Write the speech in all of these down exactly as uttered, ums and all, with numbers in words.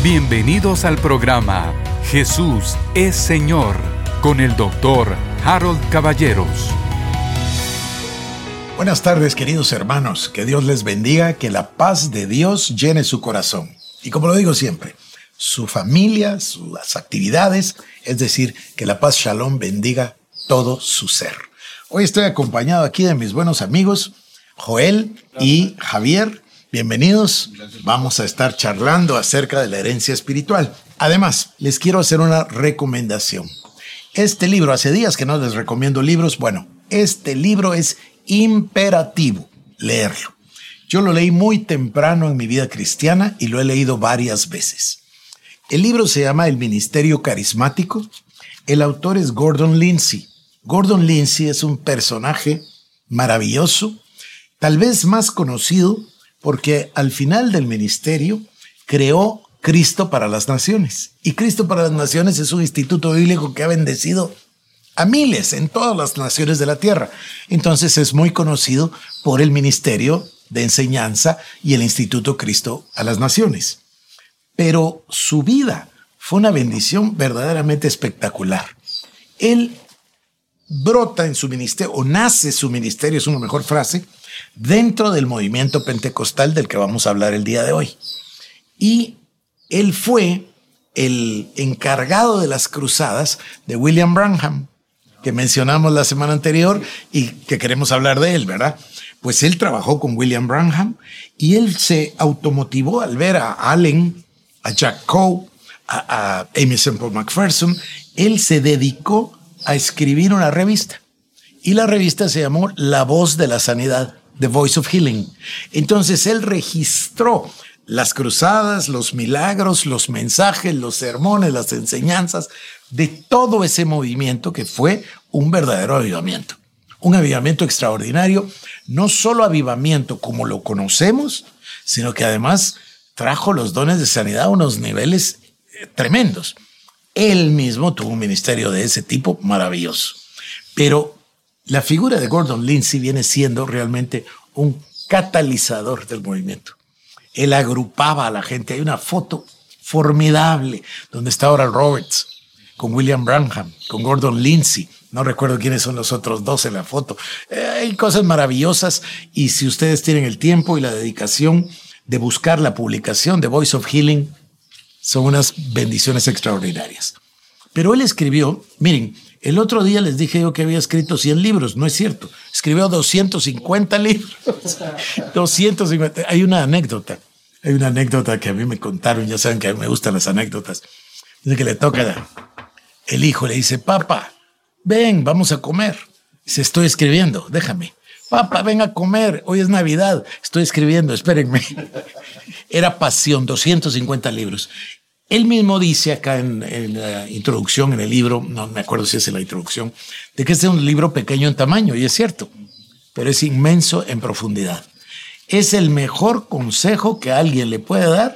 Bienvenidos al programa Jesús es Señor con el doctor Harold Caballeros. Buenas tardes, queridos hermanos. Que Dios les bendiga, que la paz de Dios llene su corazón. Y como lo digo siempre, su familia, sus actividades, es decir, que la paz Shalom bendiga todo su ser. Hoy estoy acompañado aquí de mis buenos amigos, Joel y Javier. Bienvenidos. Vamos a estar charlando acerca de la herencia espiritual. Además, les quiero hacer una recomendación. Este libro, hace días que no les recomiendo libros. Bueno, este libro es imperativo leerlo. Yo lo leí muy temprano en mi vida cristiana y lo he leído varias veces. El libro se llama El Ministerio Carismático. El autor es Gordon Lindsay. Gordon Lindsay es un personaje maravilloso, tal vez más conocido porque al final del ministerio creó Cristo para las Naciones. Y Cristo para las Naciones es un instituto bíblico que ha bendecido a miles en todas las naciones de la tierra. Entonces es muy conocido por el Ministerio de Enseñanza y el Instituto Cristo a las Naciones. Pero su vida fue una bendición verdaderamente espectacular. Él brota en su ministerio, o nace su ministerio, es una mejor frase, dentro del movimiento pentecostal del que vamos a hablar el día de hoy. Y él fue el encargado de las cruzadas de William Branham, que mencionamos la semana anterior y que queremos hablar de él, ¿verdad? Pues él trabajó con William Branham y él se automotivó al ver a Allen, a Jack Coe, a, a Amy Semple McPherson. Él se dedicó a escribir una revista y la revista se llamó La Voz de la Sanidad, The Voice of Healing. Entonces él registró las cruzadas, los milagros, los mensajes, los sermones, las enseñanzas de todo ese movimiento que fue un verdadero avivamiento. Un avivamiento extraordinario, no solo avivamiento como lo conocemos, sino que además trajo los dones de sanidad a unos niveles eh, tremendos. Él mismo tuvo un ministerio de ese tipo maravilloso. Pero la figura de Gordon Lindsay viene siendo realmente un catalizador del movimiento. Él agrupaba a la gente. Hay una foto formidable donde está Oral Roberts con William Branham, con Gordon Lindsay. No recuerdo quiénes son los otros dos en la foto. Eh, hay cosas maravillosas y si ustedes tienen el tiempo y la dedicación de buscar la publicación de Voice of Healing, son unas bendiciones extraordinarias. Pero él escribió, miren, el otro día les dije yo que había escrito cien libros, no es cierto. Escribió doscientos cincuenta libros. doscientos cincuenta. Hay una anécdota, hay una anécdota que a mí me contaron, ya saben que a mí me gustan las anécdotas. Dice que le toca, el hijo le dice, papá, ven, vamos a comer. Dice, estoy escribiendo, déjame. Papá, ven a comer, hoy es Navidad, estoy escribiendo, espérenme. Era pasión, doscientos cincuenta libros. Él mismo dice acá en, en la introducción, en el libro, no me acuerdo si es en la introducción, de que este es un libro pequeño en tamaño, y es cierto, pero es inmenso en profundidad. Es el mejor consejo que alguien le puede dar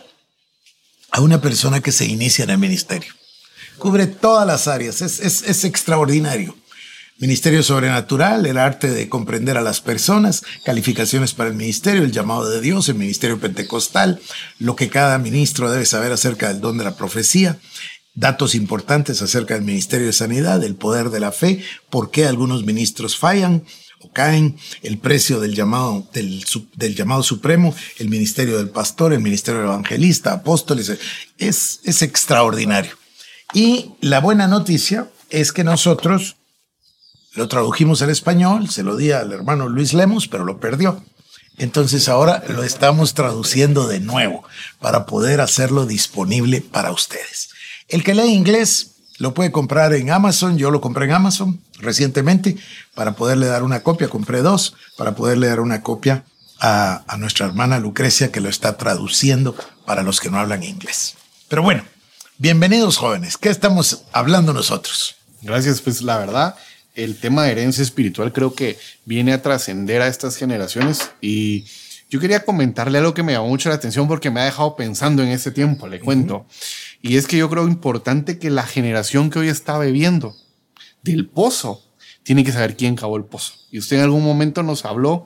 a una persona que se inicia en el ministerio. Cubre todas las áreas, es, es, es extraordinario. Ministerio sobrenatural, el arte de comprender a las personas, calificaciones para el ministerio, el llamado de Dios, el ministerio pentecostal, lo que cada ministro debe saber acerca del don de la profecía, datos importantes acerca del ministerio de sanidad, el poder de la fe, por qué algunos ministros fallan o caen, el precio del llamado, del, del llamado supremo, el ministerio del pastor, el ministerio del evangelista, apóstoles, es, es extraordinario. Y la buena noticia es que nosotros lo tradujimos al español, se lo di al hermano Luis Lemos, pero lo perdió. Entonces ahora lo estamos traduciendo de nuevo para poder hacerlo disponible para ustedes. El que lee inglés lo puede comprar en Amazon. Yo lo compré en Amazon recientemente para poderle dar una copia. Compré dos para poderle dar una copia a, a nuestra hermana Lucrecia, que lo está traduciendo para los que no hablan inglés. Pero bueno, bienvenidos jóvenes. ¿Qué estamos hablando nosotros? Gracias, pues la verdad, el tema de herencia espiritual creo que viene a trascender a estas generaciones y yo quería comentarle algo que me llamó mucho la atención porque me ha dejado pensando en este tiempo, le cuento. Uh-huh. Y es que yo creo importante que la generación que hoy está bebiendo del pozo tiene que saber quién cavó el pozo. Y usted en algún momento nos habló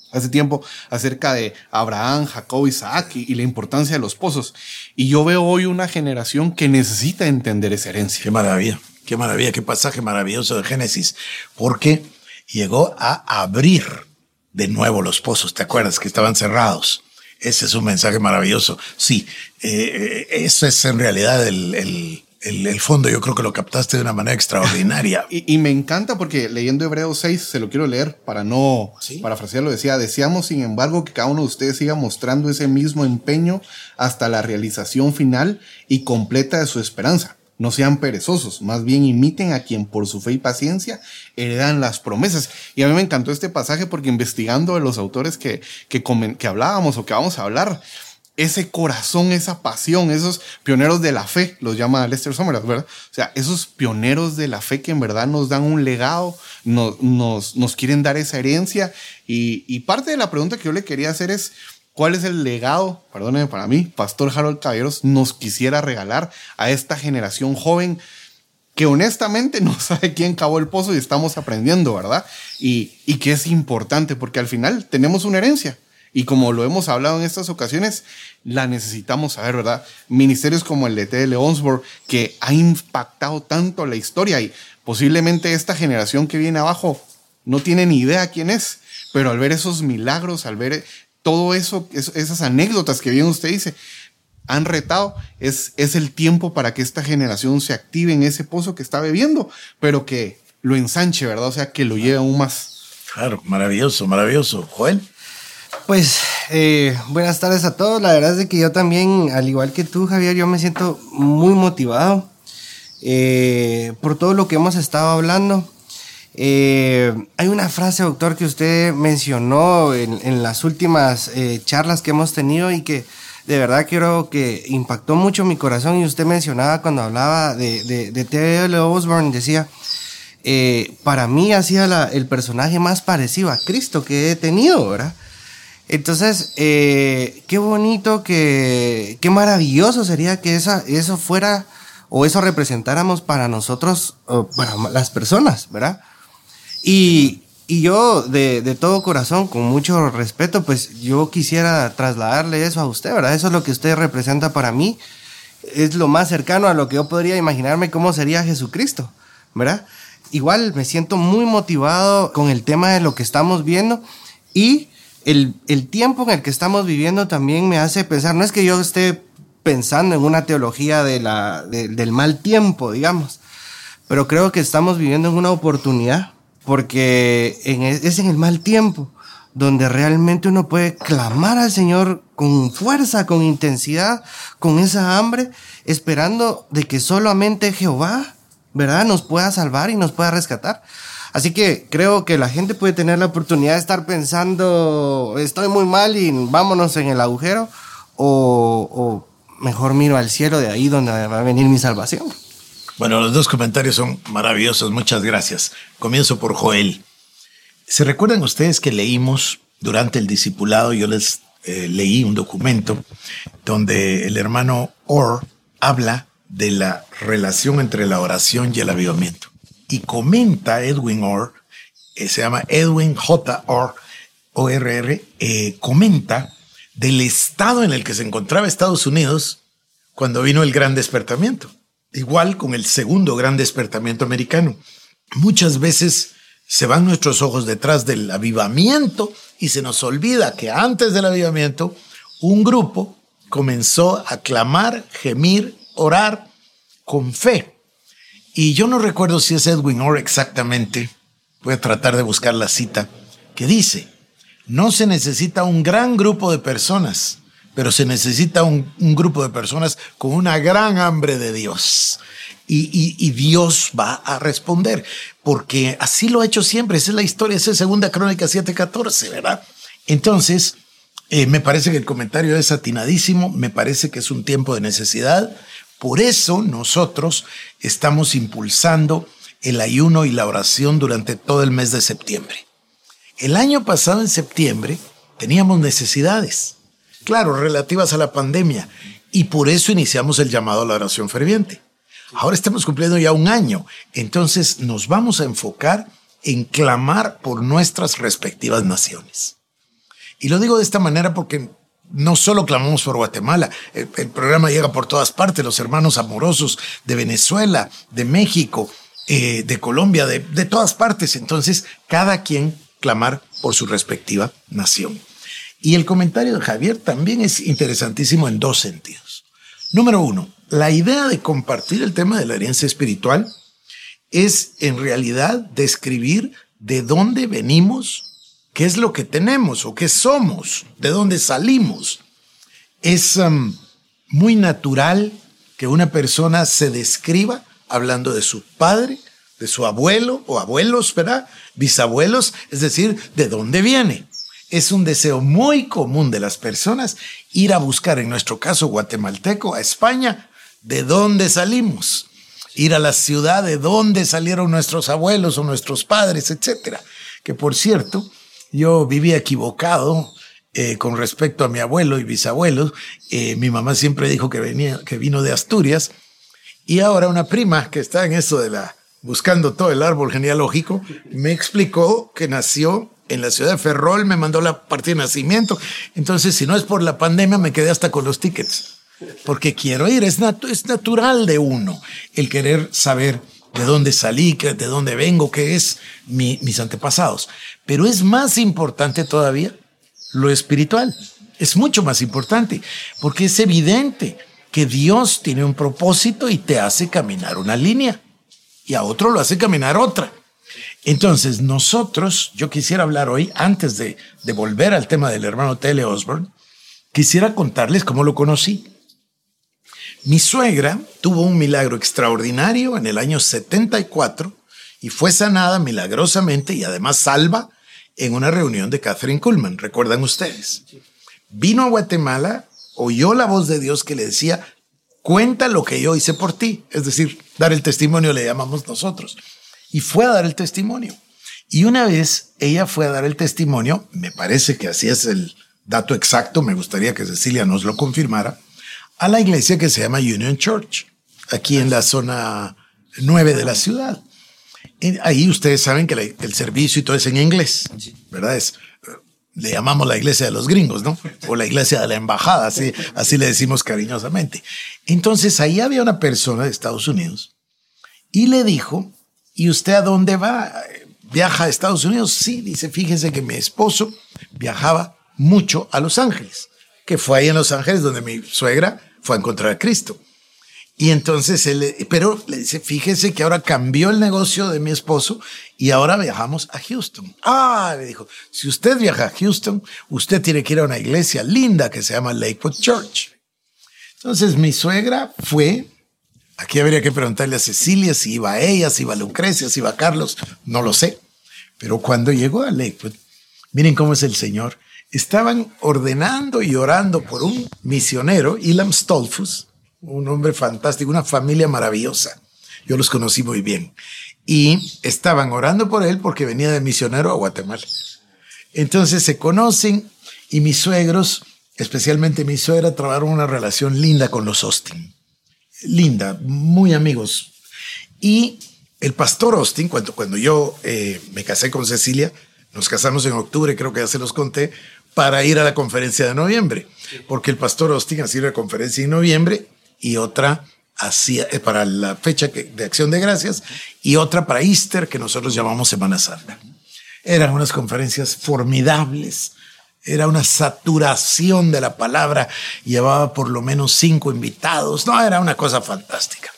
hace tiempo acerca de Abraham, Jacob, Isaac y, y la importancia de los pozos. Y yo veo hoy una generación que necesita entender esa herencia. Qué maravilla, qué maravilla, qué pasaje maravilloso de Génesis, porque llegó a abrir de nuevo los pozos. ¿Te acuerdas que estaban cerrados? Ese es un mensaje maravilloso. Sí, eh, eso es en realidad el, el, el, el fondo. Yo creo que lo captaste de una manera extraordinaria. y, y me encanta porque leyendo Hebreos seis, se lo quiero leer para no ¿Sí? parafrasearlo, decía: deseamos sin embargo que cada uno de ustedes siga mostrando ese mismo empeño hasta la realización final y completa de su esperanza. No sean perezosos, más bien imiten a quien por su fe y paciencia heredan las promesas. Y a mí me encantó este pasaje porque investigando de los autores que, que, comen, que hablábamos o que vamos a hablar, ese corazón, esa pasión, esos pioneros de la fe, los llama Lester Sumrall, ¿verdad? O sea, esos pioneros de la fe que en verdad nos dan un legado, nos, nos, nos quieren dar esa herencia. Y, y parte de la pregunta que yo le quería hacer es: ¿cuál es el legado, perdónenme para mí, Pastor Harold Caballeros nos quisiera regalar a esta generación joven que honestamente no sabe quién cavó el pozo y estamos aprendiendo, ¿verdad? Y, y que es importante porque al final tenemos una herencia y como lo hemos hablado en estas ocasiones, la necesitamos saber, ¿verdad? Ministerios como el de T L Onsborg, que ha impactado tanto la historia y posiblemente esta generación que viene abajo no tiene ni idea quién es, pero al ver esos milagros, al ver todo eso, esas anécdotas que bien usted dice, han retado, es, es el tiempo para que esta generación se active en ese pozo que está bebiendo, pero que lo ensanche, ¿verdad? O sea, que lo lleve aún más. Claro, maravilloso, maravilloso. Joel. Pues, eh, buenas tardes a todos. La verdad es de que yo también, al igual que tú, Javier, yo me siento muy motivado eh, por todo lo que hemos estado hablando. Eh, hay una frase, doctor, que usted mencionó en, en las últimas eh, charlas que hemos tenido y que de verdad creo que impactó mucho mi corazón. Y usted mencionaba cuando hablaba de, de, de T L Osborne, decía, eh, para mí ha sido la, el personaje más parecido a Cristo que he tenido, ¿verdad? Entonces, eh, qué bonito, que, qué maravilloso sería que esa, eso fuera, o eso representáramos para nosotros, o para las personas, ¿verdad? Y, y yo, de, de todo corazón, con mucho respeto, pues yo quisiera trasladarle eso a usted, ¿verdad? Eso es lo que usted representa para mí. Es lo más cercano a lo que yo podría imaginarme cómo sería Jesucristo, ¿verdad? Igual me siento muy motivado con el tema de lo que estamos viendo y el, el tiempo en el que estamos viviendo también me hace pensar, no es que yo esté pensando en una teología de la, de, del mal tiempo, digamos, pero creo que estamos viviendo en una oportunidad. Porque en, es en el mal tiempo donde realmente uno puede clamar al Señor con fuerza, con intensidad, con esa hambre, esperando de que solamente Jehová, ¿verdad?, nos pueda salvar y nos pueda rescatar. Así que creo que la gente puede tener la oportunidad de estar pensando, estoy muy mal y vámonos en el agujero, o, o mejor miro al cielo, de ahí donde va a venir mi salvación. Bueno, los dos comentarios son maravillosos, muchas gracias. Comienzo por Joel. ¿Se recuerdan ustedes que leímos durante el discipulado? Yo les eh, leí un documento donde el hermano Orr habla de la relación entre la oración y el avivamiento. Y comenta Edwin Orr, eh, se llama Edwin J. Orr, O R R, eh, comenta del estado en el que se encontraba Estados Unidos cuando vino el gran despertamiento. Igual con el segundo gran despertamiento americano. Muchas veces se van nuestros ojos detrás del avivamiento y se nos olvida que antes del avivamiento un grupo comenzó a clamar, gemir, orar con fe. Y yo no recuerdo si es Edwin Orr exactamente, voy a tratar de buscar la cita, que dice: no se necesita un gran grupo de personas, pero se necesita un, un grupo de personas con una gran hambre de Dios. Y, y, y Dios va a responder, porque así lo ha hecho siempre. Esa es la historia, esa es Segunda Crónica siete catorce, ¿verdad? Entonces, eh, me parece que el comentario es atinadísimo, me parece que es un tiempo de necesidad. Por eso nosotros estamos impulsando el ayuno y la oración durante todo el mes de septiembre. El año pasado, en septiembre, teníamos necesidades, claro, relativas a la pandemia, y por eso iniciamos el llamado a la oración ferviente. Ahora estamos cumpliendo ya un año, entonces nos vamos a enfocar en clamar por nuestras respectivas naciones. Y lo digo de esta manera porque no solo clamamos por Guatemala, el, el programa llega por todas partes, los hermanos amorosos de Venezuela, de México, eh, de Colombia, de, de todas partes. Entonces, cada quien clamar por su respectiva nación. Y el comentario de Javier también es interesantísimo en dos sentidos. Número uno, la idea de compartir el tema de la herencia espiritual es en realidad describir de dónde venimos, qué es lo que tenemos o qué somos, de dónde salimos. Es um, muy natural que una persona se describa hablando de su padre, de su abuelo o abuelos, ¿verdad? Bisabuelos, es decir, de dónde viene. Es un deseo muy común de las personas ir a buscar, en nuestro caso guatemalteco, a España, de dónde salimos. Ir a la ciudad de dónde salieron nuestros abuelos o nuestros padres, etcétera. Que por cierto, yo vivía equivocado eh, con respecto a mi abuelo y bisabuelos. Eh, mi mamá siempre dijo que, venía, que vino de Asturias. Y ahora una prima que está en eso de la, buscando todo el árbol genealógico, me explicó que nació en la ciudad de Ferrol, me mandó la partida de nacimiento. Entonces, si no es por la pandemia, me quedé hasta con los tickets. Porque quiero ir, es, natu es natural de uno el querer saber de dónde salí, de dónde vengo, qué es mi, mis antepasados. Pero es más importante todavía lo espiritual. Es mucho más importante, porque es evidente que Dios tiene un propósito y te hace caminar una línea, y a otro lo hace caminar otra. Entonces, nosotros, yo quisiera hablar hoy, antes de, de volver al tema del hermano T L Osborn, quisiera contarles cómo lo conocí. Mi suegra tuvo un milagro extraordinario en el año setenta y cuatro y fue sanada milagrosamente y además salva en una reunión de Catherine Kuhlman, ¿recuerdan ustedes? Vino a Guatemala, oyó la voz de Dios que le decía, cuenta lo que yo hice por ti, es decir, dar el testimonio le llamamos nosotros. Y fue a dar el testimonio. Y una vez ella fue a dar el testimonio, me parece que así es el dato exacto, me gustaría que Cecilia nos lo confirmara, a la iglesia que se llama Union Church, aquí en la zona nueve de la ciudad. Ahí ustedes saben que la, el servicio y todo es en inglés, ¿verdad? Es, le llamamos la iglesia de los gringos, ¿no? O la iglesia de la embajada, así, así le decimos cariñosamente. Entonces ahí había una persona de Estados Unidos y le dijo, ¿y usted a dónde va? ¿Viaja a Estados Unidos? Sí, dice, fíjese que mi esposo viajaba mucho a Los Ángeles, que fue ahí en Los Ángeles donde mi suegra fue a encontrar a Cristo. Y entonces él, pero le dice, fíjese que ahora cambió el negocio de mi esposo y ahora viajamos a Houston. Ah, le dijo, si usted viaja a Houston, usted tiene que ir a una iglesia linda que se llama Lakewood Church. Entonces mi suegra fue, aquí habría que preguntarle a Cecilia si iba a ella, si iba a Lucrecia, si iba a Carlos, no lo sé. Pero cuando llegó a Lakewood, miren cómo es el Señor, estaban ordenando y orando por un misionero, Elam Stolfus, un hombre fantástico, una familia maravillosa. Yo los conocí muy bien. Y estaban orando por él porque venía de misionero a Guatemala. Entonces se conocen y mis suegros, especialmente mi suegra, trabajaron una relación linda con los Austin. Linda, muy amigos. Y el pastor Austin, cuando, cuando yo eh, me casé con Cecilia, nos casamos en octubre, creo que ya se los conté, para ir a la conferencia de noviembre. Porque el pastor Austin hacía una conferencia en noviembre y otra hacía, eh, para la fecha que, de Acción de Gracias y otra para Easter, que nosotros llamamos Semana Santa. Eran unas conferencias formidables. Era una saturación de la palabra. Llevaba por lo menos cinco invitados. No, era una cosa fantástica.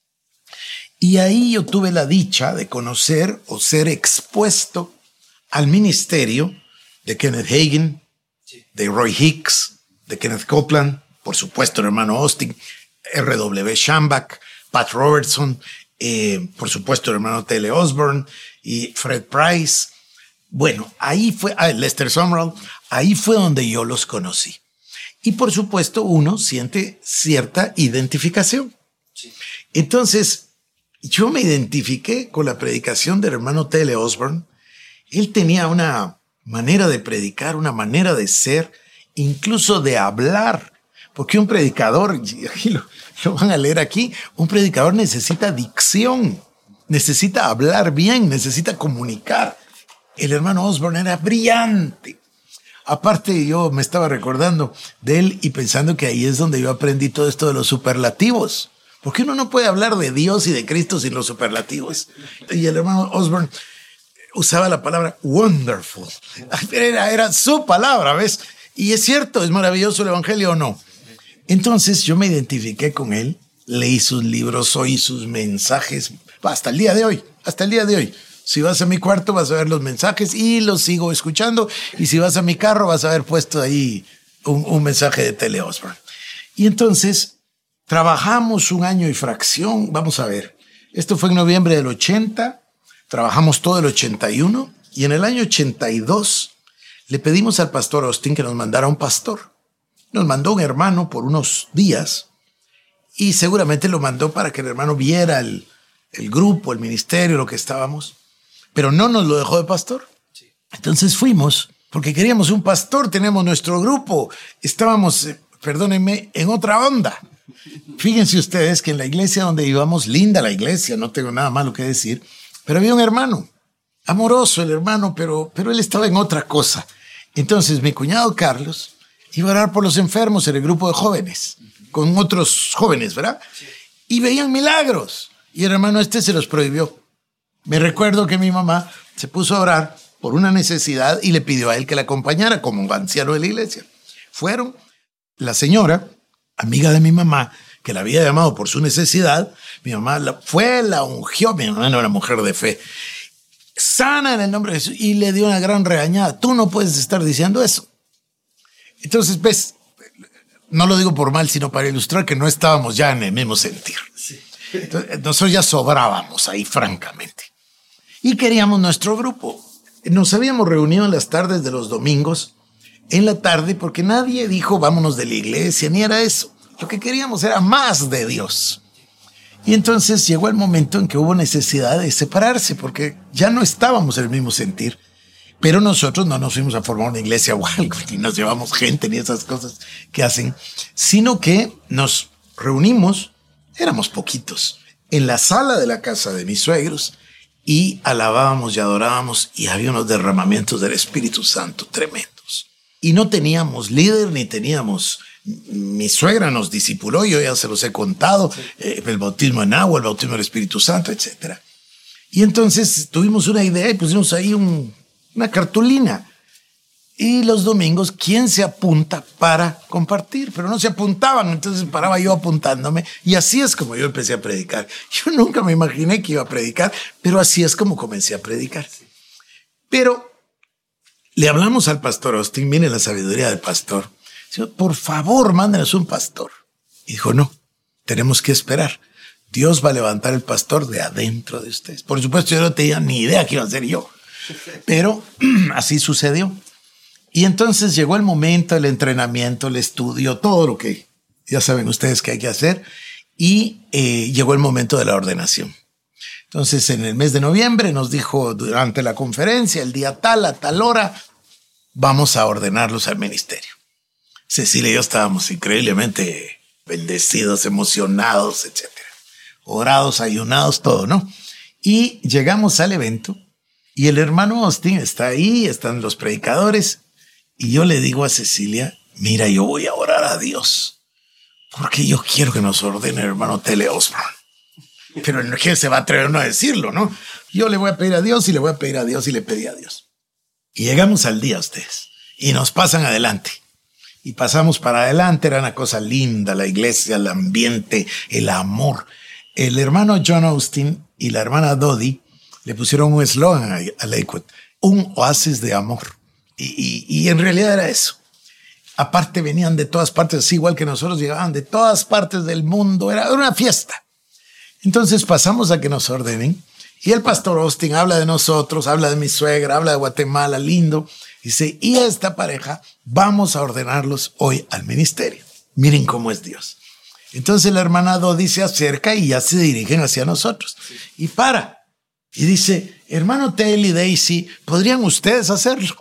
Y ahí yo tuve la dicha de conocer o ser expuesto al ministerio de Kenneth Hagin, de Roy Hicks, de Kenneth Copeland, por supuesto el hermano Austin, R W Schambach, Pat Robertson, eh, por supuesto el hermano T L Osborn y Fred Price. Bueno, ahí fue, ah, Lester Sumrall, ahí fue donde yo los conocí. Y por supuesto uno siente cierta identificación. Sí. Entonces, yo me identifiqué con la predicación del hermano T L Osborn. Él tenía una manera de predicar, una manera de ser, incluso de hablar. Porque un predicador, y lo, lo van a leer aquí, un predicador necesita dicción, necesita hablar bien, necesita comunicar. El hermano Osborn era brillante. Aparte, yo me estaba recordando de él y pensando que ahí es donde yo aprendí todo esto de los superlativos. Porque uno no puede hablar de Dios y de Cristo sin los superlativos. Y el hermano Osborne usaba la palabra wonderful. Era, era su palabra, ¿ves? Y es cierto, ¿es maravilloso el evangelio o no? Entonces yo me identifiqué con él, leí sus libros, oí sus mensajes, hasta el día de hoy, hasta el día de hoy. Si vas a mi cuarto vas a ver los mensajes y los sigo escuchando. Y si vas a mi carro vas a ver puesto ahí un, un mensaje de Tele Osborne. Y entonces trabajamos un año y fracción. Vamos a ver, esto fue en noviembre del ochenta, trabajamos todo el ochenta y uno y en el año ochenta y dos le pedimos al pastor Austin que nos mandara un pastor. Nos mandó un hermano por unos días y seguramente lo mandó para que el hermano viera el, el grupo, el ministerio, lo que estábamos, pero no nos lo dejó de pastor. Entonces fuimos porque queríamos un pastor, tenemos nuestro grupo, estábamos, eh, perdónenme, en otra onda. Fíjense ustedes que en la iglesia donde íbamos, linda la iglesia, no tengo nada malo que decir, pero había un hermano, amoroso el hermano, pero, pero él estaba en otra cosa. Entonces mi cuñado Carlos iba a orar por los enfermos en el grupo de jóvenes, con otros jóvenes, ¿verdad? Y veían milagros, y el hermano este se los prohibió. Me recuerdo que mi mamá se puso a orar por una necesidad y le pidió a él que la acompañara como un anciano de la iglesia. Fueron, la señora, amiga de mi mamá, que la había llamado por su necesidad, mi mamá la, fue, la ungió, mi mamá era una mujer de fe, sana en el nombre de Jesús, y le dio una gran regañada. Tú no puedes estar diciendo eso. Entonces, ves, no lo digo por mal, sino para ilustrar que no estábamos ya en el mismo sentir. Sí. Entonces, nosotros ya sobrábamos ahí, francamente. Y queríamos nuestro grupo. Nos habíamos reunido en las tardes de los domingos, en la tarde, porque nadie dijo vámonos de la iglesia, ni era eso. Lo que queríamos era más de Dios. Y entonces llegó el momento en que hubo necesidad de separarse, porque ya no estábamos en el mismo sentir. Pero nosotros no nos fuimos a formar una iglesia o algo, ni nos llevamos gente, ni esas cosas que hacen, sino que nos reunimos, éramos poquitos, en la sala de la casa de mis suegros y alabábamos y adorábamos y había unos derramamientos del Espíritu Santo tremendos. Y no teníamos líder ni teníamos... Mi suegra nos discipuló, yo ya se los he contado, eh, el bautismo en agua, el bautismo del Espíritu Santo, etcétera. Y entonces tuvimos una idea y pusimos ahí un... una cartulina. Y los domingos, ¿quién se apunta para compartir? Pero no se apuntaban, entonces paraba yo apuntándome. Y así es como yo empecé a predicar. Yo nunca me imaginé que iba a predicar, pero así es como comencé a predicar. Pero le hablamos al pastor Austin, miren la sabiduría del pastor. Dijo, por favor, mándenos un pastor. Y dijo, no, tenemos que esperar. Dios va a levantar el pastor de adentro de ustedes. Por supuesto, yo no tenía ni idea que iba a ser yo. Pero así sucedió. Y entonces llegó el momento, el entrenamiento, el estudio, todo lo que ya saben ustedes que hay que hacer. Y eh, llegó el momento de la ordenación. Entonces, en el mes de noviembre nos dijo durante la conferencia, el día tal, a tal hora, vamos a ordenarlos al ministerio. Cecilia y yo estábamos increíblemente bendecidos, emocionados, etcétera. Orados, ayunados, todo, ¿no? Y llegamos al evento. Y el hermano Austin está ahí, están los predicadores, y yo le digo a Cecilia, mira, yo voy a orar a Dios, porque yo quiero que nos ordene el hermano Tele Osborne. Pero ¿quién se va a atrever a decirlo, no? Yo le voy a pedir a Dios y le voy a pedir a Dios y le pedí a Dios. Y llegamos al día ustedes, y nos pasan adelante. Y pasamos para adelante, era una cosa linda, la iglesia, el ambiente, el amor. El hermano John Austin y la hermana Dodie le pusieron un eslogan a Lakewood, un oasis de amor. Y, y, y en realidad era eso. Aparte venían de todas partes, así igual que nosotros, llegaban de todas partes del mundo. Era una fiesta. Entonces pasamos a que nos ordenen. Y el pastor Austin habla de nosotros, habla de mi suegra, habla de Guatemala, lindo. Dice, y a esta pareja vamos a ordenarlos hoy al ministerio. Miren cómo es Dios. Entonces la hermana Dodie se acerca y ya se dirigen hacia nosotros. Y para. Y dice, hermano Tel y Daisy, ¿podrían ustedes hacerlo?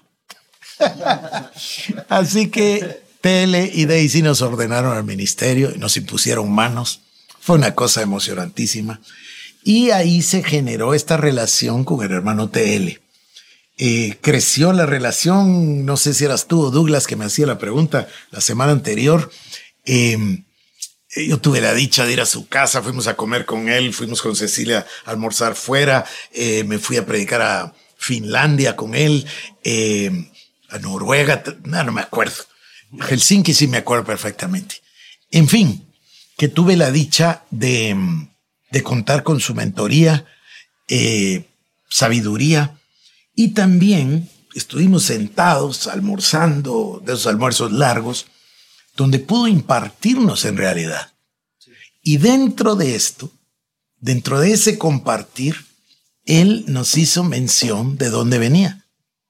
Así que Tele y Daisy nos ordenaron al ministerio y nos impusieron manos. Fue una cosa emocionantísima. Y ahí se generó esta relación con el hermano T L. Eh, creció la relación, no sé si eras tú o Douglas que me hacía la pregunta la semana anterior. Eh, yo tuve la dicha de ir a su casa, fuimos a comer con él, fuimos con Cecilia a almorzar fuera, eh, me fui a predicar a Finlandia con él, eh, a Noruega, no, no me acuerdo. Helsinki sí me acuerdo perfectamente. En fin, que tuve la dicha de, de contar con su mentoría, eh, sabiduría, y también estuvimos sentados almorzando, de esos almuerzos largos, donde pudo impartirnos en realidad. Y dentro de esto, dentro de ese compartir, él nos hizo mención de dónde venía.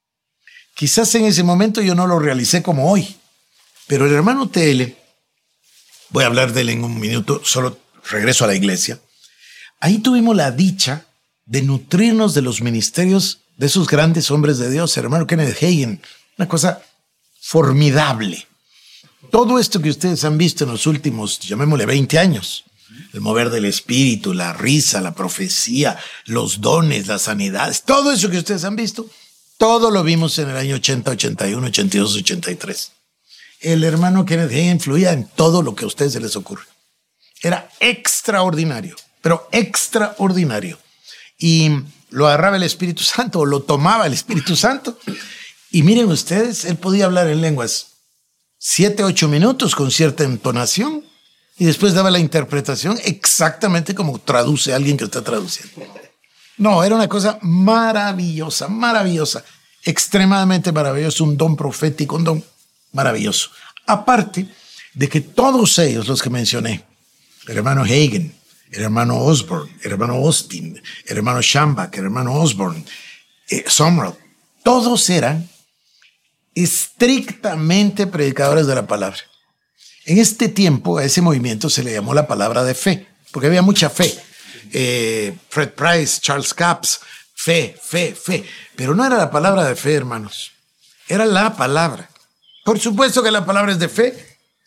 Quizás en ese momento yo no lo realicé como hoy, pero el hermano T L, voy a hablar de él en un minuto, solo regreso a la iglesia, ahí tuvimos la dicha de nutrirnos de los ministerios de esos grandes hombres de Dios, el hermano Kenneth Hagin, una cosa formidable. Todo esto que ustedes han visto en los últimos, llamémosle veinte años, el mover del espíritu, la risa, la profecía, los dones, las sanidades, todo eso que ustedes han visto, todo lo vimos en el año ochenta, ochenta y uno, ochenta y dos, ochenta y tres. El hermano Kenneth Hagin influía en todo lo que a ustedes se les ocurre. Era extraordinario, pero extraordinario. Y lo agarraba el Espíritu Santo, o lo tomaba el Espíritu Santo. Y miren ustedes, él podía hablar en lenguas siete, ocho minutos con cierta entonación y después daba la interpretación exactamente como traduce a alguien que está traduciendo. No, era una cosa maravillosa, maravillosa, extremadamente maravilloso, un don profético, un don maravilloso. Aparte de que todos ellos, los que mencioné, el hermano Hagin, el hermano Osborne, el hermano Austin, el hermano Schambach, el hermano Osborne, eh, Sumrall, todos eran estrictamente predicadores de la palabra. En este tiempo a ese movimiento se le llamó la palabra de fe, porque había mucha fe. Eh, Fred Price, Charles Capps, fe, fe, fe. Pero no era la palabra de fe, hermanos. Era la palabra. Por supuesto que la palabra es de fe.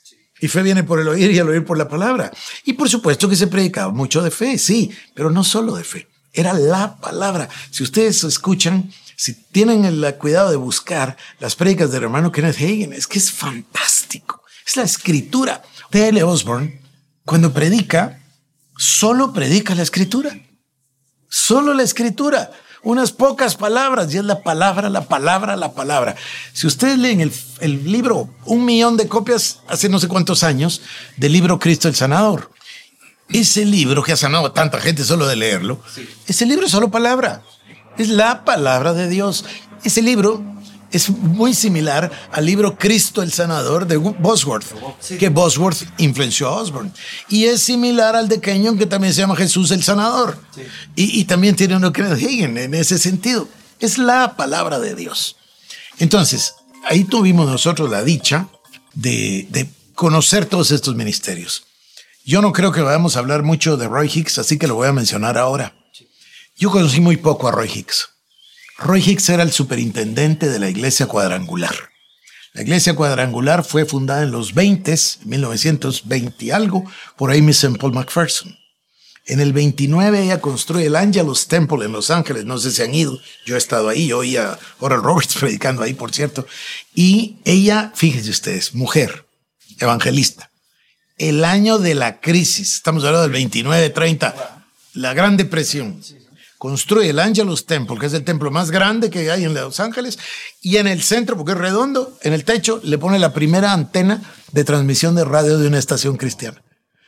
Y fe viene por el oír y el oír por la palabra. Y por supuesto que se predicaba mucho de fe, sí, pero no solo de fe. Era la palabra. Si ustedes escuchan, si tienen el cuidado de buscar las prédicas del hermano Kenneth Hagin, es que es fantástico. Es la escritura. T L Osborne, cuando predica, solo predica la escritura. Solo la escritura. Unas pocas palabras, y es la palabra, la palabra, la palabra. Si ustedes leen el, el libro, un millón de copias hace no sé cuántos años, del libro Cristo el Sanador. Ese libro que ha sanado a tanta gente solo de leerlo, sí. Ese libro es solo palabra. Es la palabra de Dios. Ese libro es muy similar al libro Cristo el Sanador de Bosworth, sí. Que Bosworth influenció a Osborne. Y es similar al de Kenyon, que también se llama Jesús el Sanador. Sí. Y, y también tiene uno que Hagin en ese sentido. Es la palabra de Dios. Entonces, ahí tuvimos nosotros la dicha de, de conocer todos estos ministerios. Yo no creo que vayamos a hablar mucho de Roy Hicks, así que lo voy a mencionar ahora. Yo conocí muy poco a Roy Hicks. Roy Hicks era el superintendente de la Iglesia Cuadrangular. La Iglesia Cuadrangular fue fundada en los veinte, mil novecientos veinte y algo, por Amy Saint Paul McPherson. En el veintinueve ella construye el Angelus Temple en Los Ángeles, no sé si han ido, yo he estado ahí, yo oí a Oral Roberts predicando ahí, por cierto. Y ella, fíjense ustedes, mujer, evangelista. El año de la crisis, estamos hablando del veintinueve treinta, la Gran Depresión. Construye el Angelus Temple, que es el templo más grande que hay en Los Ángeles, y en el centro, porque es redondo, en el techo le pone la primera antena de transmisión de radio de una estación cristiana.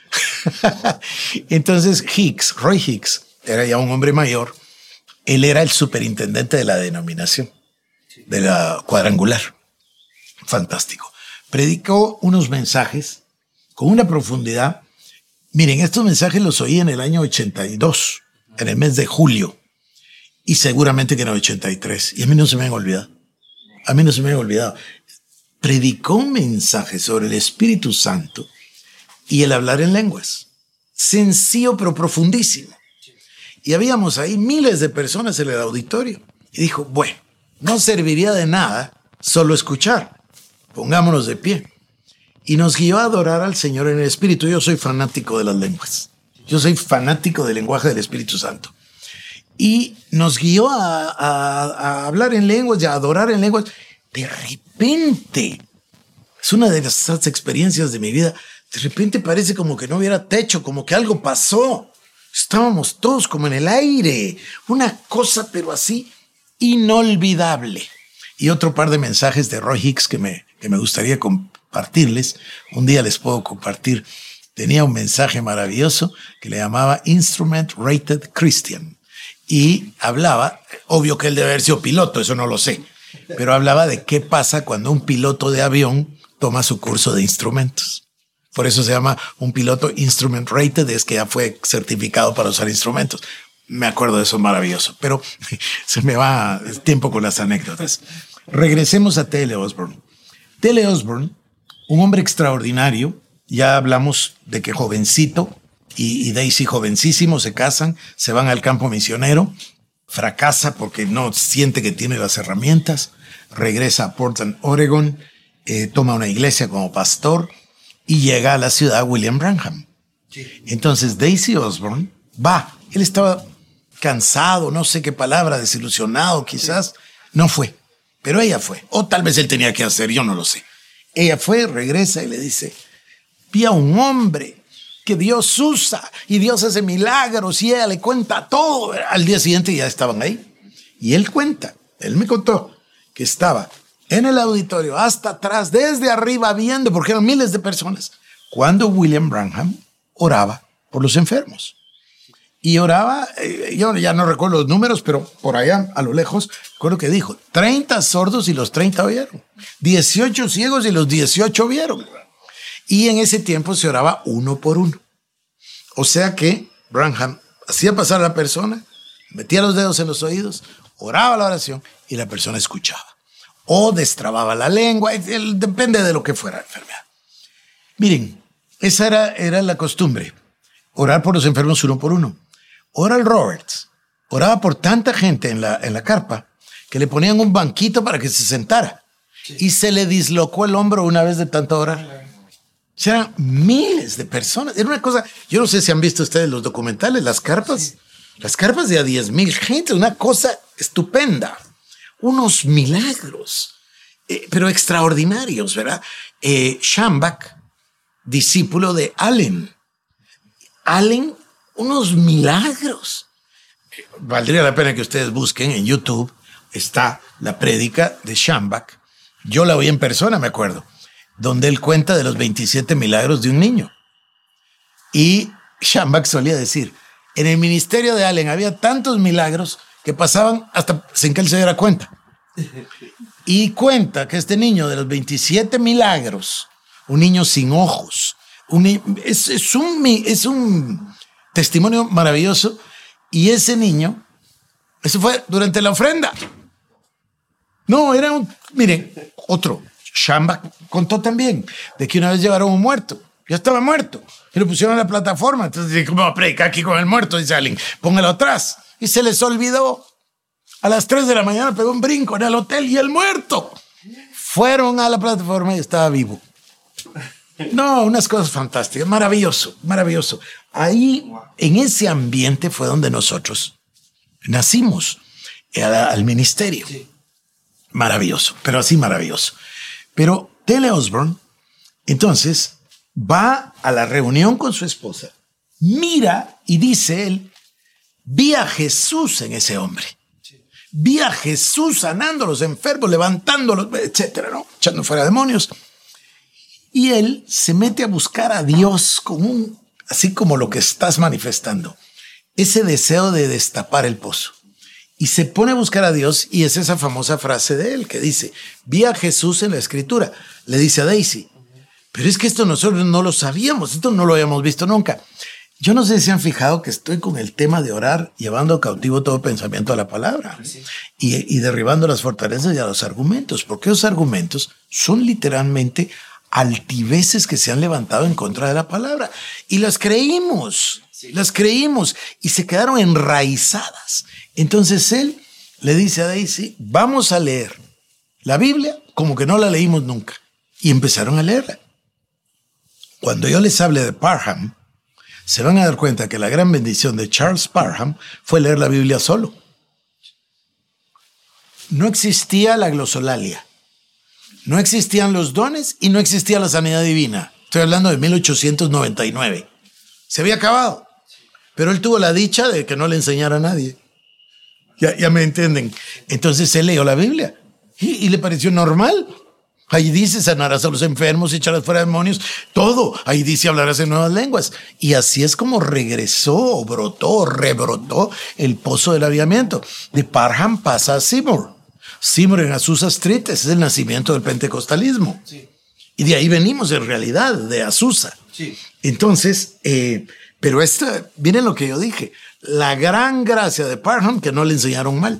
Entonces Hicks, Roy Hicks, era ya un hombre mayor, él era el superintendente de la denominación, de la Cuadrangular. Fantástico. Predicó unos mensajes con una profundidad. Miren, estos mensajes los oí en el año ochenta y dos. En el mes de julio, y seguramente que en el ochenta y tres, y a mí no se me han olvidado, a mí no se me han olvidado. Predicó un mensaje sobre el Espíritu Santo y el hablar en lenguas, sencillo pero profundísimo, y habíamos ahí miles de personas en el auditorio, y dijo, bueno, no serviría de nada solo escuchar, pongámonos de pie, y nos guió a adorar al Señor en el Espíritu. Yo soy fanático de las lenguas. Yo soy fanático del lenguaje del Espíritu Santo. y nos guió a, a, a hablar en lenguas y a adorar en lenguas. De repente, es una de esas experiencias de mi vida, de repente parece como que no hubiera techo, como que algo pasó. Estábamos todos como en el aire, una cosa pero así inolvidable. Y otro par de mensajes de Roy Hicks que me, que me gustaría compartirles. Un día les puedo compartir. Tenía un mensaje maravilloso que le llamaba Instrument Rated Christian. Y hablaba, obvio que él debe haber sido piloto, eso no lo sé, pero hablaba de qué pasa cuando un piloto de avión toma su curso de instrumentos. Por eso se llama un piloto Instrument Rated, es que ya fue certificado para usar instrumentos. Me acuerdo de eso, maravilloso, pero se me va el tiempo con las anécdotas. Regresemos a T L Osborne. T L Osborne, un hombre extraordinario, ya hablamos de que jovencito y, y Daisy jovencísimo se casan, se van al campo misionero, fracasa porque no siente que tiene las herramientas, regresa a Portland, Oregon, eh, toma una iglesia como pastor y llega a la ciudad William Branham. Entonces Daisy Osborne va, él estaba cansado, no sé qué palabra, desilusionado quizás, no fue, pero ella fue, o tal vez él tenía que hacer, yo no lo sé. Ella fue, regresa y le dice, vi a un hombre que Dios usa y Dios hace milagros y ella le cuenta todo. Al día siguiente ya estaban ahí y él cuenta, él me contó que estaba en el auditorio hasta atrás, desde arriba viendo, porque eran miles de personas, cuando William Branham oraba por los enfermos. Y oraba, eh, yo ya no recuerdo los números, pero por allá a lo lejos, recuerdo que dijo, treinta sordos y los treinta oyeron, dieciocho ciegos y los dieciocho vieron. Y en ese tiempo se oraba uno por uno. O sea que Branham hacía pasar a la persona, metía los dedos en los oídos, oraba la oración y la persona escuchaba. O destrababa la lengua, depende de lo que fuera la enfermedad. Miren, esa era, era la costumbre, orar por los enfermos uno por uno. Oral Roberts oraba por tanta gente en la, en la carpa que le ponían un banquito para que se sentara. Sí. Y se le dislocó el hombro una vez de tanto orar. O sea, eran miles de personas. Era una cosa, yo no sé si han visto ustedes los documentales, las carpas. Sí. Las carpas de a diez mil gente, una cosa estupenda. Unos milagros, eh, pero extraordinarios, ¿verdad? Eh, Schambach, discípulo de Allen. Allen, unos milagros. Eh, valdría la pena que ustedes busquen en YouTube. Está la prédica de Schambach. Yo la oí en persona, me acuerdo, donde él cuenta de los veintisiete milagros de un niño. Y Schambach solía decir, en el ministerio de Allen había tantos milagros que pasaban hasta sin que él se diera cuenta. Y cuenta que este niño de los veintisiete milagros, un niño sin ojos, un niño, es, es, un, es un testimonio maravilloso, y ese niño, eso fue durante la ofrenda. No, era un, miren, otro, Schambach contó también de que una vez llevaron un muerto, ya estaba muerto, y lo pusieron en la plataforma, entonces, ¿cómo va a predicar aquí con el muerto? Dice alguien, póngalo atrás. Y se les olvidó. A las tres de la mañana pegó un brinco en el hotel y el muerto. Fueron a la plataforma y estaba vivo. No, unas cosas fantásticas. Maravilloso, maravilloso. Ahí, en ese ambiente fue donde nosotros nacimos, al, al ministerio. Maravilloso, pero así maravilloso. Pero T L Osborne, entonces, va a la reunión con su esposa, mira y dice él, vi a Jesús en ese hombre. Vi a Jesús sanando a los enfermos, levantándolos, etcétera, ¿no? Echando fuera demonios. Y él se mete a buscar a Dios con un, así como lo que estás manifestando, ese deseo de destapar el pozo. Y se pone a buscar a Dios, y es esa famosa frase de él que dice, vi a Jesús en la Escritura. Le dice a Daisy, pero es que esto nosotros no lo sabíamos, esto no lo habíamos visto nunca. Yo no sé si han fijado que estoy con el tema de orar, llevando cautivo todo pensamiento a la palabra, sí. y, y derribando las fortalezas y a los argumentos, porque esos argumentos son literalmente altiveces que se han levantado en contra de la palabra. Y las creímos, sí. las creímos, y se quedaron enraizadas. Entonces él le dice a Daisy, vamos a leer la Biblia como que no la leímos nunca. Y empezaron a leerla. Cuando yo les hablé de Parham, se van a dar cuenta que la gran bendición de Charles Parham fue leer la Biblia solo. No existía la glosolalia, no existían los dones y no existía la sanidad divina. Estoy hablando de mil ochocientos noventa y nueve. Se había acabado, pero él tuvo la dicha de que no le enseñara a nadie. Ya, ya me entienden. Entonces él leyó la Biblia y, y le pareció normal. Ahí dice sanarás a los enfermos, echarás fuera demonios, todo. Ahí dice hablarás en nuevas lenguas. Y así es como regresó, brotó, rebrotó el pozo del avivamiento. De Parham pasa a Seymour. Seymour en Azusa Street es el nacimiento del pentecostalismo. Sí. Y de ahí venimos en realidad, de Azusa. Sí. Entonces, eh, pero esto, miren lo que yo dije, la gran gracia de Parham que no le enseñaron mal.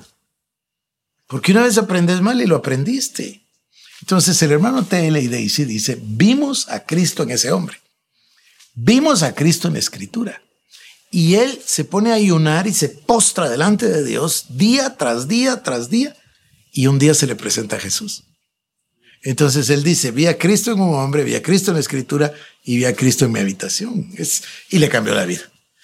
Porque una vez aprendes mal y lo aprendiste. Entonces el hermano T L Daisy dice, vimos a Cristo en ese hombre. Vimos a Cristo en la Escritura. Y él se pone a ayunar y se postra delante de Dios día tras día tras día. Y un día se le presenta a Jesús. Entonces él dice, vi a Cristo en un hombre, vi a Cristo en la Escritura y vi a Cristo en mi habitación. Es, y le cambió la vida.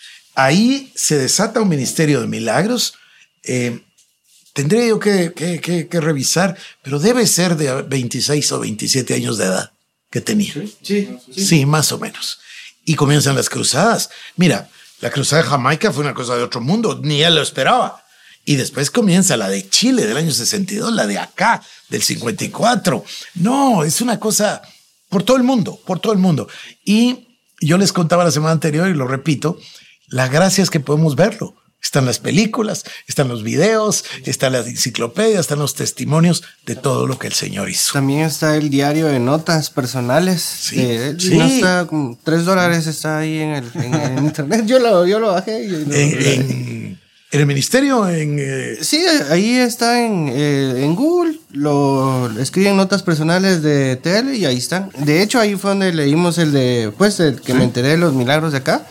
Ahí se desata un ministerio de milagros. Eh, tendré yo que, que, que, que revisar, pero debe ser de veintiséis o veintisiete años de edad que tenía. Sí, sí, sí. Sí, más o menos. Y comienzan las cruzadas. Mira, la cruzada de Jamaica fue una cosa de otro mundo, ni él lo esperaba. Y después comienza la de Chile del año sesenta y dos, la de acá del cincuenta y cuatro. No, es una cosa por todo el mundo, por todo el mundo. Y yo les contaba la semana anterior y lo repito, la gracia es que podemos verlo. Están las películas, están los videos, están las enciclopedias, están los testimonios de todo lo que el Señor hizo. También está el diario de notas personales. Sí, eh, sí. No está, como tres dólares está ahí en el, en el internet. Yo lo, yo lo bajé. Yo lo, en, en, ¿En el ministerio? En, eh... Sí, ahí está en, eh, en Google. Lo escriben notas personales de T L y ahí están. De hecho, ahí fue donde leímos el de, pues, el que ¿Sí? me enteré de los milagros de acá.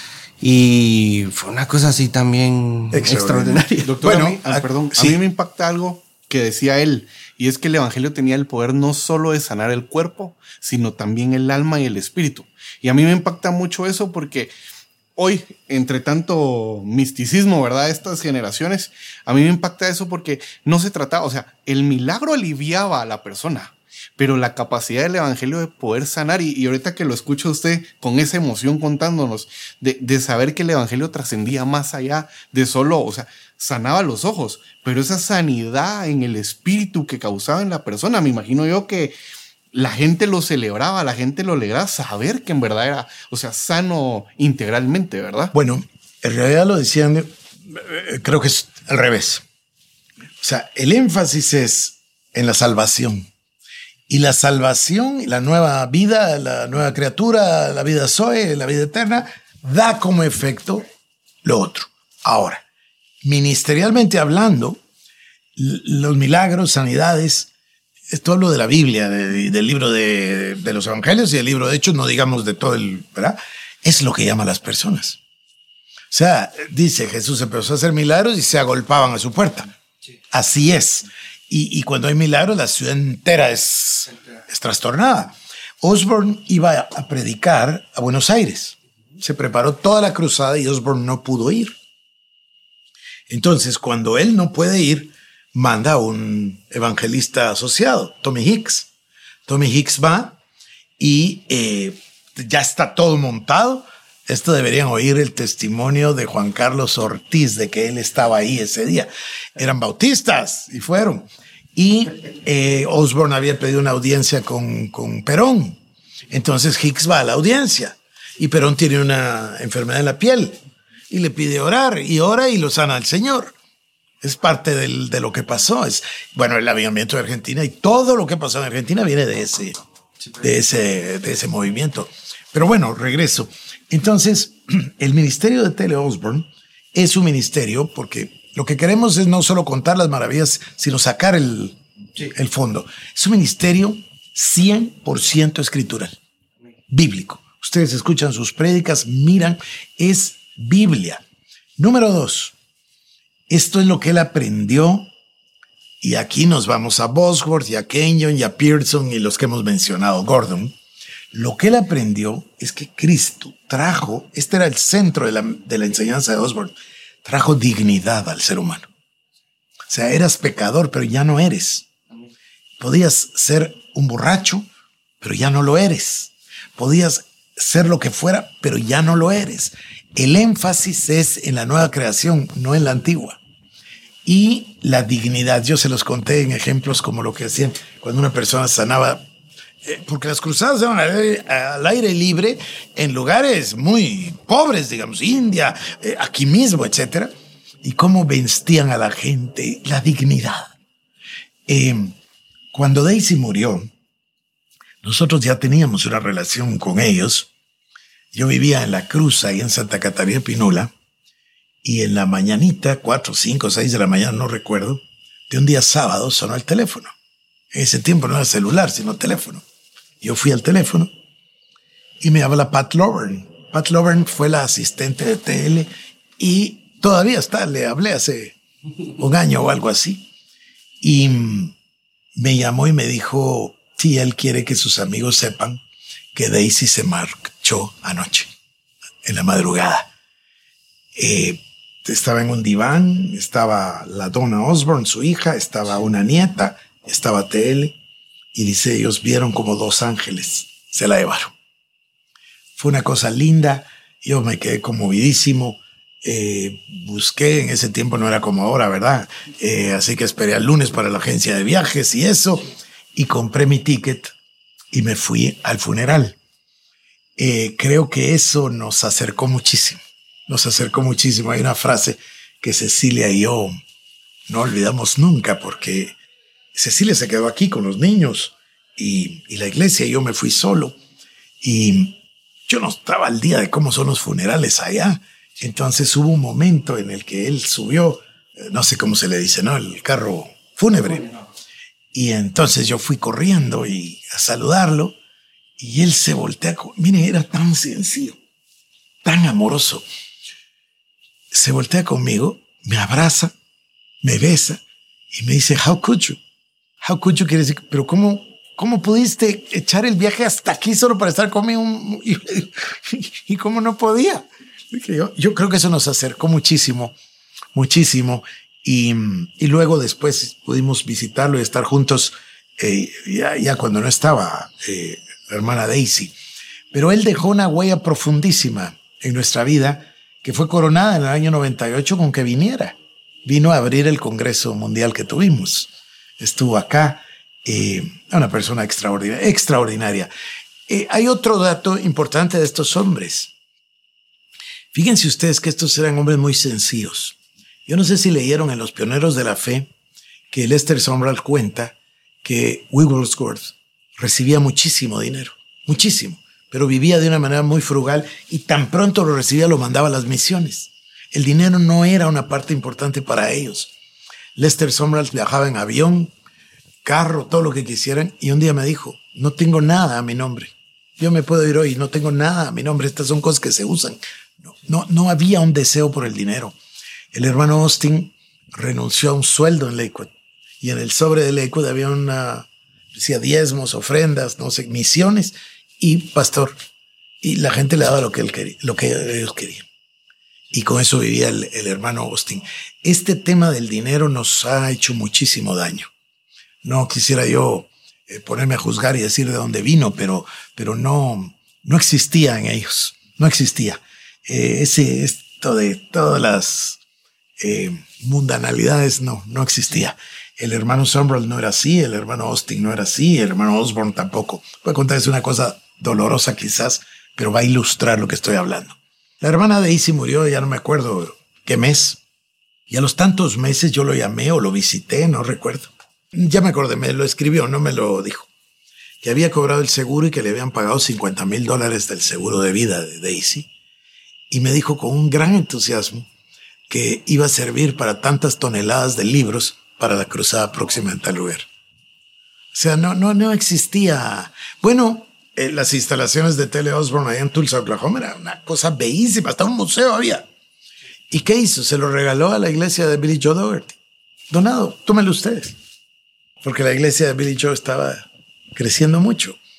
Y fue una cosa así también extraordinaria. Doctor, bueno, a mí, ah, perdón, sí. a mí me impacta algo que decía él, y es que el evangelio tenía el poder no solo de sanar el cuerpo, sino también el alma y el espíritu. Y a mí me impacta mucho eso porque hoy, entre tanto misticismo, ¿verdad? Estas generaciones, a mí me impacta eso porque no se trataba, o sea, el milagro aliviaba a la persona, pero la capacidad del evangelio de poder sanar, y, y ahorita que lo escucho usted con esa emoción contándonos, de, de saber que el evangelio trascendía más allá de solo, o sea, sanaba los ojos, pero esa sanidad en el espíritu que causaba en la persona, me imagino yo que la gente lo celebraba, la gente lo alegraba, saber que en verdad era, o sea, sano integralmente, ¿verdad? Bueno, en realidad lo decían, creo que es al revés. O sea, el énfasis es en la salvación. Y la salvación, la nueva vida, la nueva criatura, la vida Zoe, la vida eterna, da como efecto lo otro. Ahora, ministerialmente hablando, los milagros, sanidades, esto hablo de la Biblia, de, del libro de, de los evangelios y del libro de Hechos, no digamos de todo el, ¿verdad? Es lo que llama a las personas. O sea, dice, Jesús empezó a hacer milagros y se agolpaban a su puerta. Sí. Así es. Y, y cuando hay milagros, la ciudad entera es, es trastornada. Osborne iba a, a predicar a Buenos Aires. Se preparó toda la cruzada y Osborne no pudo ir. Entonces, cuando él no puede ir, manda a un evangelista asociado, Tommy Hicks. Tommy Hicks va y eh, ya está todo montado. Esto deberían oír el testimonio de Juan Carlos Ortiz, de que él estaba ahí ese día. Eran bautistas y fueron. Y eh, Osborne había pedido una audiencia con, con Perón. Entonces Hicks va a la audiencia y Perón tiene una enfermedad en la piel y le pide orar y ora y lo sana el Señor. Es parte del, de lo que pasó. Es, bueno, el avivamiento de Argentina y todo lo que pasó en Argentina viene de ese, de ese, de ese movimiento. Pero bueno, regreso. Entonces, el ministerio de T L Osborne es un ministerio porque lo que queremos es no solo contar las maravillas, sino sacar el, sí. el fondo. Es un ministerio cien por ciento escritural, bíblico. Ustedes escuchan sus prédicas, miran, es Biblia. Número dos, esto es lo que él aprendió, y aquí nos vamos a Bosworth y a Kenyon y a Pearson y los que hemos mencionado, Gordon. Lo que él aprendió es que Cristo trajo, este era el centro de la, de la enseñanza de Osborne, trajo dignidad al ser humano. O sea, eras pecador, pero ya no eres. Podías ser un borracho, pero ya no lo eres. Podías ser lo que fuera, pero ya no lo eres. El énfasis es en la nueva creación, no en la antigua. Y la dignidad, yo se los conté en ejemplos como lo que hacían cuando una persona sanaba, eh, porque las cruzadas eran al aire, al aire libre en lugares muy pobres, digamos, India, eh, aquí mismo, etcétera. Y cómo vestían a la gente, la dignidad. Eh, cuando Daisy murió, nosotros ya teníamos una relación con ellos. Yo vivía en La Cruz, ahí en Santa Catarina Pinula, y en la mañanita, cuatro, cinco, seis de la mañana, no recuerdo, de un día sábado sonó el teléfono. En ese tiempo no era celular, sino teléfono. Yo fui al teléfono y me habla Pat Lovern. Pat Lovern fue la asistente de T L y todavía está, le hablé hace un año o algo así. Y me llamó y me dijo, sí, él quiere que sus amigos sepan que Daisy se marchó anoche, en la madrugada. Eh, estaba en un diván, estaba la Donna Osborne, su hija, estaba una nieta, estaba T L, y dice, ellos vieron como dos ángeles, se la llevaron. Fue una cosa linda, yo me quedé conmovidísimo, eh, busqué, en ese tiempo no era como ahora, ¿verdad? Eh, así que esperé al lunes para la agencia de viajes y eso, y compré mi ticket y me fui al funeral. Eh, creo que eso nos acercó muchísimo. Nos acercó muchísimo. Hay una frase que Cecilia y yo no olvidamos nunca, porque Cecilia se quedó aquí con los niños y, y la iglesia, y yo me fui solo. Y yo no estaba al día de cómo son los funerales allá. Entonces hubo un momento en el que él subió, no sé cómo se le dice, ¿no? El carro fúnebre. Y entonces yo fui corriendo y a saludarlo, y él se voltea. Miren, era tan sencillo, tan amoroso. Se voltea conmigo, me abraza, me besa y me dice, how could you? How could you quiere decir, pero ¿cómo, cómo pudiste echar el viaje hasta aquí solo para estar conmigo? Y, y, y cómo no podía. Yo, yo creo que eso nos acercó muchísimo, muchísimo. Y, y luego después pudimos visitarlo y estar juntos eh, ya, ya cuando no estaba eh, la hermana Daisy. Pero él dejó una huella profundísima en nuestra vida, que fue coronada en el año noventa y ocho con que viniera. Vino a abrir el Congreso Mundial que tuvimos. Estuvo acá, eh, una persona extraordinaria. extraordinaria. Eh, hay otro dato importante de estos hombres. Fíjense ustedes que estos eran hombres muy sencillos. Yo no sé si leyeron en Los Pioneros de la Fe que Lester Sumrall cuenta que Wigglesworth recibía muchísimo dinero, muchísimo, pero vivía de una manera muy frugal y tan pronto lo recibía lo mandaba a las misiones. El dinero no era una parte importante para ellos. Lester Sumrall viajaba en avión, carro, todo lo que quisieran, y un día me dijo, no tengo nada a mi nombre. Yo me puedo ir hoy, no tengo nada a mi nombre, estas son cosas que se usan. No, no, no había un deseo por el dinero. El hermano Austin renunció a un sueldo en Lakewood, y en el sobre de Lakewood había una, decía diezmos, ofrendas, no sé, misiones y pastor. Y la gente le daba lo que él quería, lo que ellos querían. Y con eso vivía el, el hermano Austin. Este tema del dinero nos ha hecho muchísimo daño. No quisiera yo eh, ponerme a juzgar y decir de dónde vino, pero, pero no, no existía en ellos. No existía. Eh, ese, esto de todas las eh, mundanalidades, no, no existía. El hermano Sumrall no era así, el hermano Austin no era así, el hermano Osborne tampoco. Voy a contarles una cosa dolorosa quizás, pero va a ilustrar lo que estoy hablando. La hermana Daisy murió, ya no me acuerdo qué mes, y a los tantos meses yo lo llamé o lo visité, no recuerdo. Ya me acordé, me lo escribió, no me lo dijo. Que había cobrado el seguro y que le habían pagado cincuenta mil dólares del seguro de vida de Daisy. Y me dijo con un gran entusiasmo que iba a servir para tantas toneladas de libros para la cruzada próxima en tal lugar. O sea, no, no, no existía. Bueno, eh, las instalaciones de T L Osborne allá en Tulsa, Oklahoma, era una cosa bellísima, hasta un museo había. ¿Y qué hizo? Se lo regaló a la iglesia de Billy Joe Dougherty. Donado, tómenlo ustedes. Porque la iglesia de Billy Joe estaba creciendo mucho.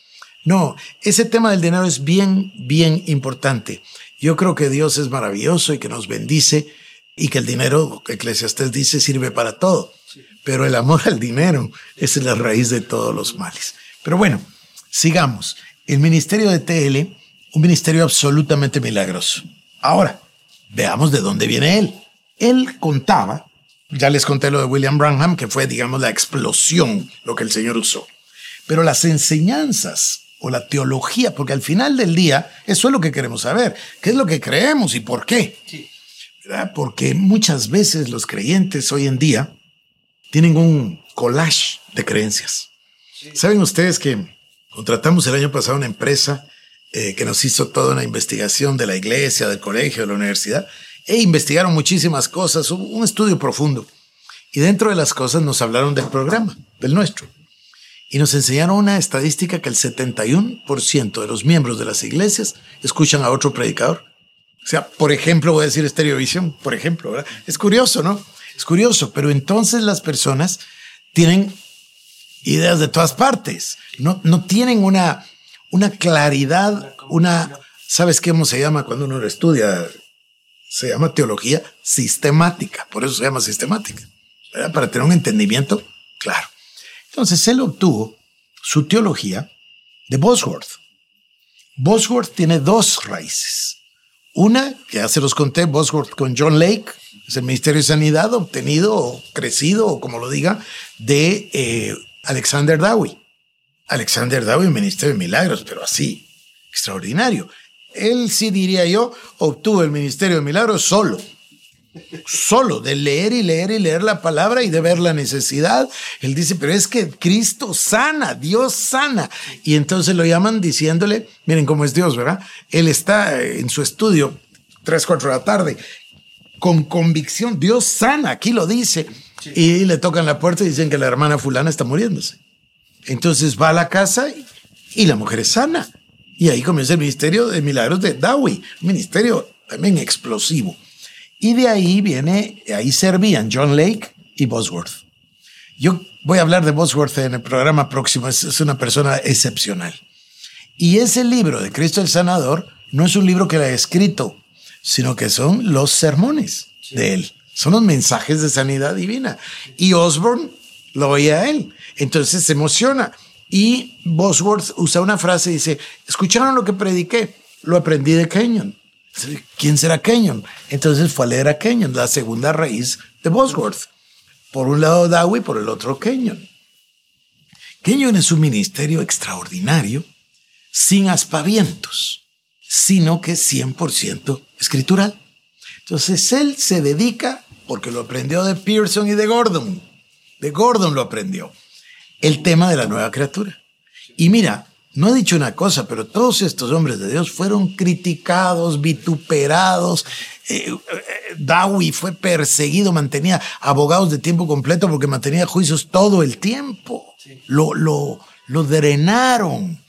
No, ese tema del dinero es bien, bien importante. Yo creo que Dios es maravilloso y que nos bendice y que el dinero, Eclesiastés dice, sirve para todo. Sí. Pero el amor al dinero es la raíz de todos los males. Pero bueno, sigamos. El ministerio de T L, un ministerio absolutamente milagroso. Ahora, veamos de dónde viene él. Él contaba, ya les conté lo de William Branham, que fue, digamos, la explosión, lo que el Señor usó. Pero las enseñanzas o la teología, porque al final del día, eso es lo que queremos saber. ¿Qué es lo que creemos y por qué? Sí. ¿Verdad? Porque muchas veces los creyentes hoy en día tienen un collage de creencias. Sí. ¿Saben ustedes que contratamos el año pasado una empresa eh, que nos hizo toda una investigación de la iglesia, del colegio, de la universidad? E investigaron muchísimas cosas, un estudio profundo. Y dentro de las cosas nos hablaron del programa, del nuestro. Y nos enseñaron una estadística que el setenta y uno por ciento de los miembros de las iglesias escuchan a otro predicador. O sea, por ejemplo, voy a decir Estereovisión, por ejemplo, ¿verdad? Es curioso, ¿no? Es curioso, pero entonces las personas tienen ideas de todas partes. No, no tienen una, una claridad, una... ¿Sabes cómo se llama cuando uno lo estudia? Se llama teología sistemática, por eso se llama sistemática, ¿verdad? Para tener un entendimiento claro. Entonces él obtuvo su teología de Bosworth. Bosworth tiene dos raíces. Una, que ya se los conté, Bosworth con John Lake, es el Ministerio de Sanidad obtenido o crecido, o como lo diga, de eh, Alexander Dowie. Alexander Dowie, Ministerio de Milagros, pero así, extraordinario. Él sí, diría yo, obtuvo el Ministerio de Milagros solo. Solo, de leer y leer y leer la palabra y de ver la necesidad. Él dice, pero es que Cristo sana, Dios sana. Y entonces lo llaman diciéndole, miren cómo es Dios, ¿verdad? Él está en su estudio, tres, cuatro de la tarde, con convicción, Dios sana, aquí lo dice. Sí. Y le tocan la puerta y dicen que la hermana fulana está muriéndose. Entonces va a la casa y, y la mujer es sana. Y ahí comienza el ministerio de milagros de Dowie, un ministerio también explosivo. Y de ahí viene, ahí servían John Lake y Bosworth. Yo voy a hablar de Bosworth en el programa próximo, es, es una persona excepcional. Y ese libro de Cristo el Sanador no es un libro que él ha escrito, sino que son los sermones sí. de él. Son los mensajes de sanidad divina. Y Osborne lo oía a él. Entonces se emociona. Y Bosworth usa una frase y dice, ¿escucharon lo que prediqué? Lo aprendí de Kenyon. ¿Quién será Kenyon? Entonces fue a leer a Kenyon, la segunda raíz de Bosworth. Por un lado Dowie, por el otro Kenyon. Kenyon es un ministerio extraordinario, sin aspavientos, sino que es cien por ciento escritural. Entonces él se dedica, porque lo aprendió de Pearson y de Gordon, de Gordon lo aprendió, el tema de la nueva criatura. Y mira, no he dicho una cosa, pero todos estos hombres de Dios fueron criticados, vituperados. Eh, eh, Dowie fue perseguido, mantenía abogados de tiempo completo porque mantenía juicios todo el tiempo. Sí. Lo, lo, lo drenaron.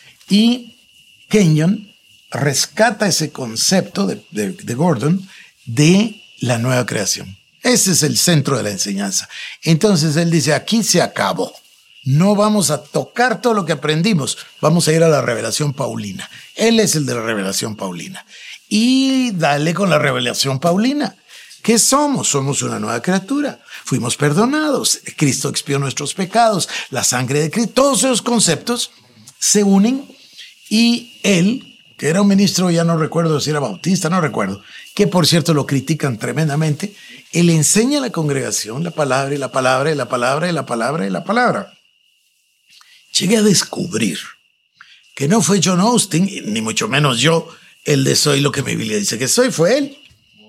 Y Kenyon rescata ese concepto de, de, de Gordon de la nueva creación. Ese es el centro de la enseñanza. Entonces él dice, aquí se acabó. No vamos a tocar todo lo que aprendimos, vamos a ir a la revelación paulina. Él es el de la revelación paulina. Y dale con la revelación paulina. ¿Qué somos? Somos una nueva criatura. Fuimos perdonados. Cristo expió nuestros pecados. La sangre de Cristo. Todos esos conceptos se unen y él, que era un ministro, ya no recuerdo si era bautista, no recuerdo, que por cierto lo critican tremendamente, él enseña a la congregación la palabra y la palabra y la palabra y la palabra y la palabra. Llegué a descubrir que no fue John Austin, ni mucho menos yo, el de soy lo que mi Biblia dice que soy, fue él.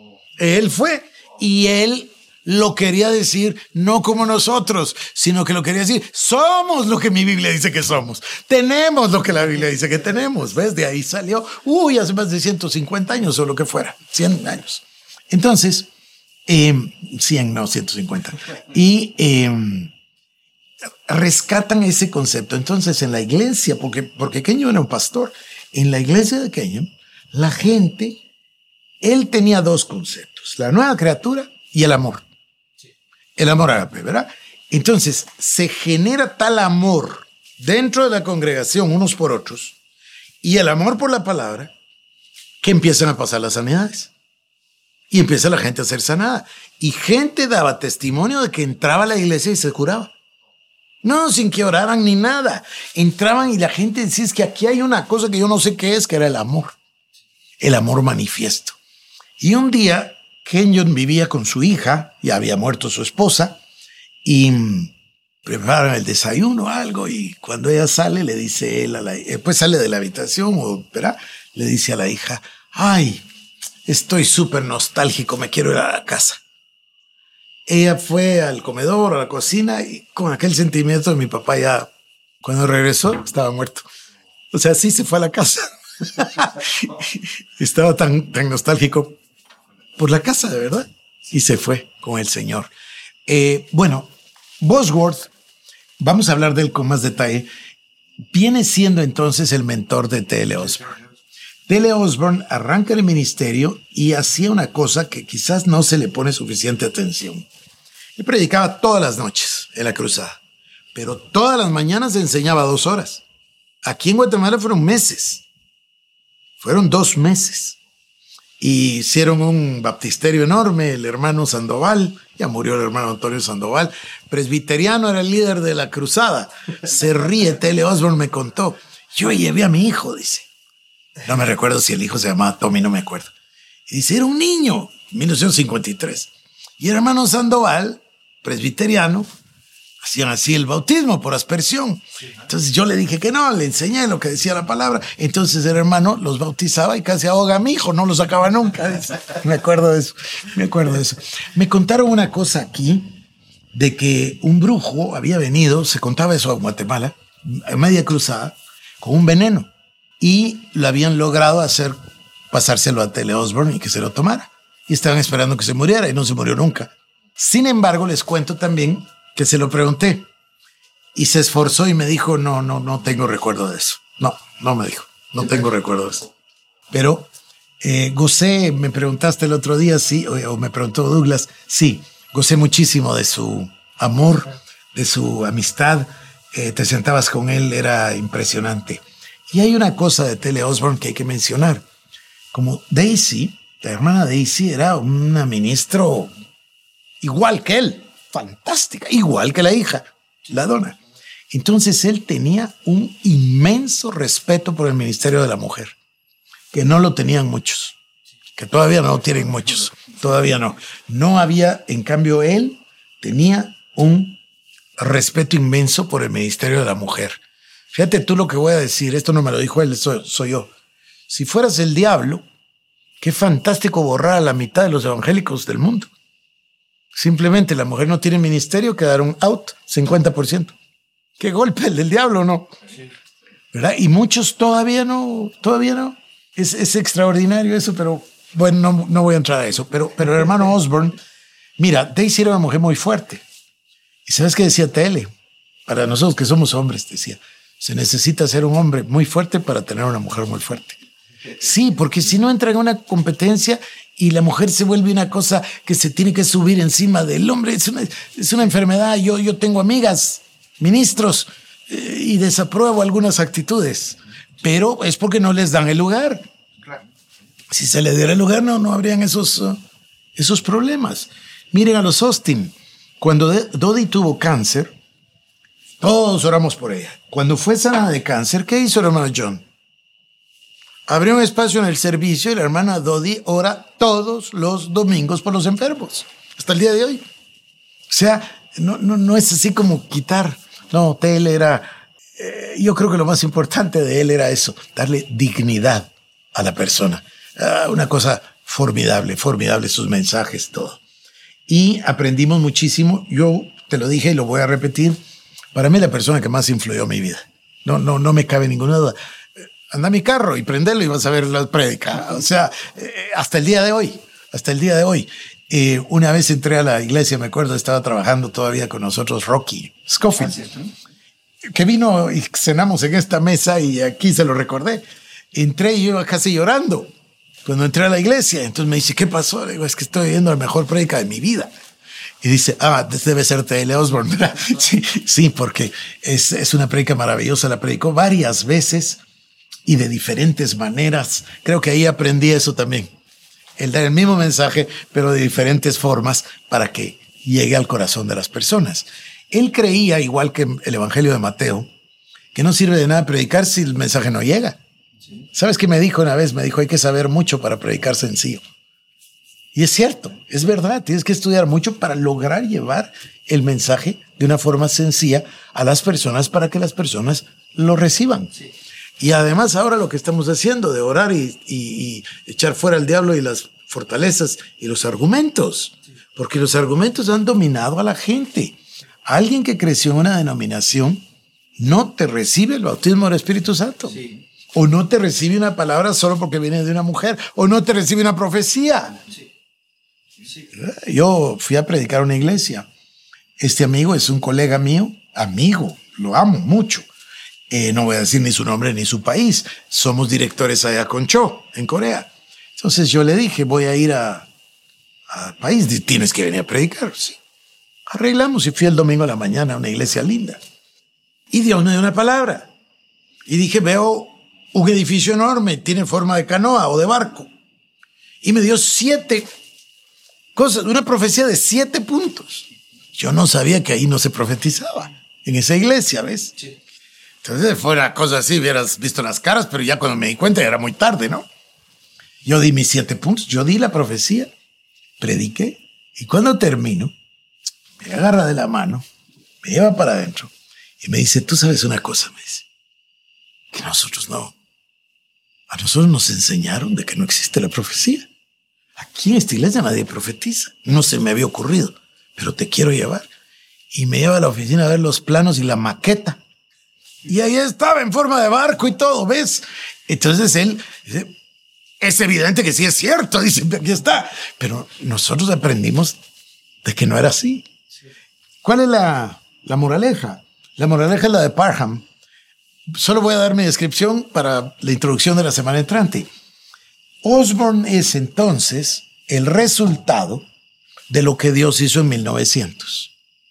Él fue. Y él lo quería decir no como nosotros, sino que lo quería decir, somos lo que mi Biblia dice que somos. Tenemos lo que la Biblia dice que tenemos. ¿Ves? De ahí salió, uy, hace más de ciento cincuenta años o lo que fuera, cien años. Entonces, eh, cien, no, ciento cincuenta. Y... Eh, rescatan ese concepto. Entonces en la iglesia, porque, porque Kenyon era un pastor, en la iglesia de Kenyon, la gente, él tenía dos conceptos, la nueva criatura y el amor. El amor ágape, ¿verdad? Entonces se genera tal amor dentro de la congregación unos por otros y el amor por la palabra, que empiezan a pasar las sanidades. Y empieza la gente a ser sanada. Y gente daba testimonio de que entraba a la iglesia y se curaba. No, sin que oraran ni nada. Entraban y la gente decía, es que aquí hay una cosa que yo no sé qué es, que era el amor. El amor manifiesto. Y un día, Kenyon vivía con su hija, ya había muerto su esposa, y preparan el desayuno o algo, y cuando ella sale, le dice él, a la, pues sale de la habitación, o, ¿verdad? Le dice a la hija, ay, estoy súper nostálgico, me quiero ir a la casa. Ella fue al comedor, a la cocina, y con aquel sentimiento de mi papá ya, cuando regresó, estaba muerto. O sea, sí se fue a la casa. Estaba tan, tan nostálgico por la casa, de verdad. Y se fue con el Señor. Eh, bueno, Bosworth, vamos a hablar de él con más detalle, viene siendo entonces el mentor de T L Osborne. T L Osborne arranca el ministerio y hacía una cosa que quizás no se le pone suficiente atención. Él predicaba todas las noches en la cruzada, pero todas las mañanas enseñaba dos horas. Aquí en Guatemala fueron meses, fueron dos meses. Y hicieron un baptisterio enorme, el hermano Sandoval, ya murió el hermano Antonio Sandoval, presbiteriano, era el líder de la cruzada. Se ríe, T L Osborne me contó, yo llevé a mi hijo, dice. No me recuerdo si el hijo se llamaba Tommy, no me acuerdo. Y dice, era un niño, mil novecientos cincuenta y tres. Y el hermano Sandoval, presbiteriano, hacían así el bautismo por aspersión. Entonces yo le dije que no, le enseñé lo que decía la palabra. Entonces el hermano los bautizaba y casi ahoga a mi hijo, no lo sacaba nunca. Me acuerdo de eso, me acuerdo de eso. Me contaron una cosa aquí, de que un brujo había venido, se contaba eso a Guatemala, a media cruzada, con un veneno. Y lo habían logrado hacer pasárselo a T L Osborne y que se lo tomara. Y estaban esperando que se muriera y no se murió nunca. Sin embargo, les cuento también que se lo pregunté y se esforzó y me dijo, no, no, no tengo recuerdo de eso. No, no me dijo, no tengo recuerdo de eso. Pero eh, gocé, me preguntaste el otro día, sí, o, o me preguntó Douglas, sí, gocé muchísimo de su amor, de su amistad. Eh, te sentabas con él, era impresionante. Y hay una cosa de T L Osborne que hay que mencionar. Como Daisy, la hermana Daisy era una ministro igual que él. Fantástica, igual que la hija, la dona. Entonces él tenía un inmenso respeto por el ministerio de la mujer, que no lo tenían muchos, que todavía no lo tienen muchos, todavía no. No había, en cambio él tenía un respeto inmenso por el ministerio de la mujer. Fíjate tú lo que voy a decir, esto no me lo dijo él, soy, soy yo. Si fueras el diablo, qué fantástico borrar a la mitad de los evangélicos del mundo. Simplemente la mujer no tiene ministerio, quedaron out, cincuenta por ciento. Qué golpe el del diablo, ¿no? ¿Verdad? Y muchos todavía no, todavía no. Es, es extraordinario eso, pero bueno, no, no voy a entrar a eso. Pero, pero el hermano Osborne, mira, Daisy era una mujer muy fuerte. ¿Y sabes qué decía T L? Para nosotros que somos hombres, decía, se necesita ser un hombre muy fuerte para tener una mujer muy fuerte. Sí, porque si no entra en una competencia y la mujer se vuelve una cosa que se tiene que subir encima del hombre, es una, es una enfermedad. Yo, yo tengo amigas, ministros, eh, y desapruebo algunas actitudes, pero es porque no les dan el lugar. Si se les diera el lugar, no, no habrían esos, uh, esos problemas. Miren a los Austin. Cuando Dodi tuvo cáncer, todos oramos por ella. Cuando fue sanada de cáncer, ¿qué hizo el hermano John? Abrió un espacio en el servicio y la hermana Dodi ora todos los domingos por los enfermos, hasta el día de hoy. O sea, no, no, no es así como quitar. No, T L era, eh, yo creo que lo más importante de él era eso, darle dignidad a la persona. Uh, una cosa formidable, formidable sus mensajes, todo. Y aprendimos muchísimo. Yo te lo dije y lo voy a repetir. Para mí la persona que más influyó en mi vida. No, no, no me cabe ninguna duda. Anda a mi carro y prendelo y vas a ver la prédica. O sea, eh, hasta el día de hoy, hasta el día de hoy. Eh, una vez entré a la iglesia, me acuerdo, estaba trabajando todavía con nosotros Rocky Scofield, que vino y cenamos en esta mesa y aquí se lo recordé. Entré y yo iba casi llorando cuando entré a la iglesia. Entonces me dice, ¿qué pasó? Le digo, es que estoy viendo la mejor prédica de mi vida. Y dice, ah, debe ser T L Osborne, ¿verdad? Sí, sí, porque es, es una predica maravillosa. La predicó varias veces y de diferentes maneras. Creo que ahí aprendí eso también. El dar el mismo mensaje, pero de diferentes formas para que llegue al corazón de las personas. Él creía, igual que el Evangelio de Mateo, que no sirve de nada predicar si el mensaje no llega. ¿Sabes qué me dijo una vez? Me dijo, hay que saber mucho para predicar sencillo. Y es cierto, es verdad, tienes que estudiar mucho para lograr llevar el mensaje de una forma sencilla a las personas para que las personas lo reciban. Sí. Y además ahora lo que estamos haciendo de orar y, y, y echar fuera al diablo y las fortalezas y los argumentos, sí. Porque los argumentos han dominado a la gente. Alguien que creció en una denominación no te recibe el bautismo del Espíritu Santo. Sí. O no te recibe una palabra solo porque viene de una mujer, o no te recibe una profecía. Sí. Sí. Yo fui a predicar a una iglesia. Este amigo es un colega mío, amigo, lo amo mucho. Eh, no voy a decir ni su nombre ni su país. Somos directores allá con Cho, en Corea. Entonces yo le dije, voy a ir a, al país. Tienes que venir a predicar. Sí. Arreglamos y fui el domingo a la mañana a una iglesia linda. Y Dios me dio una palabra. Y dije, veo un edificio enorme, tiene forma de canoa o de barco. Y me dio siete cosas, una profecía de siete puntos. Yo no sabía que ahí no se profetizaba, en esa iglesia, ¿ves? Sí. Entonces fue una cosa así, hubieras visto las caras, pero ya cuando me di cuenta ya era muy tarde, ¿no? Yo di mis siete puntos, yo di la profecía, prediqué, y cuando termino, me agarra de la mano, me lleva para adentro, y me dice, tú sabes una cosa, me dice, que nosotros no, a nosotros nos enseñaron de que no existe la profecía. Aquí en esta iglesia nadie profetiza. No se me había ocurrido, pero te quiero llevar. Y me lleva a la oficina a ver los planos y la maqueta. Y ahí estaba en forma de barco y todo, ¿ves? Entonces él dice, es evidente que sí es cierto, dice, aquí está. Pero nosotros aprendimos de que no era así. ¿Cuál es la, la moraleja? La moraleja es la de Parham. Solo voy a dar mi descripción para la introducción de la semana entrante. Osborne es entonces el resultado de lo que Dios hizo en mil novecientos.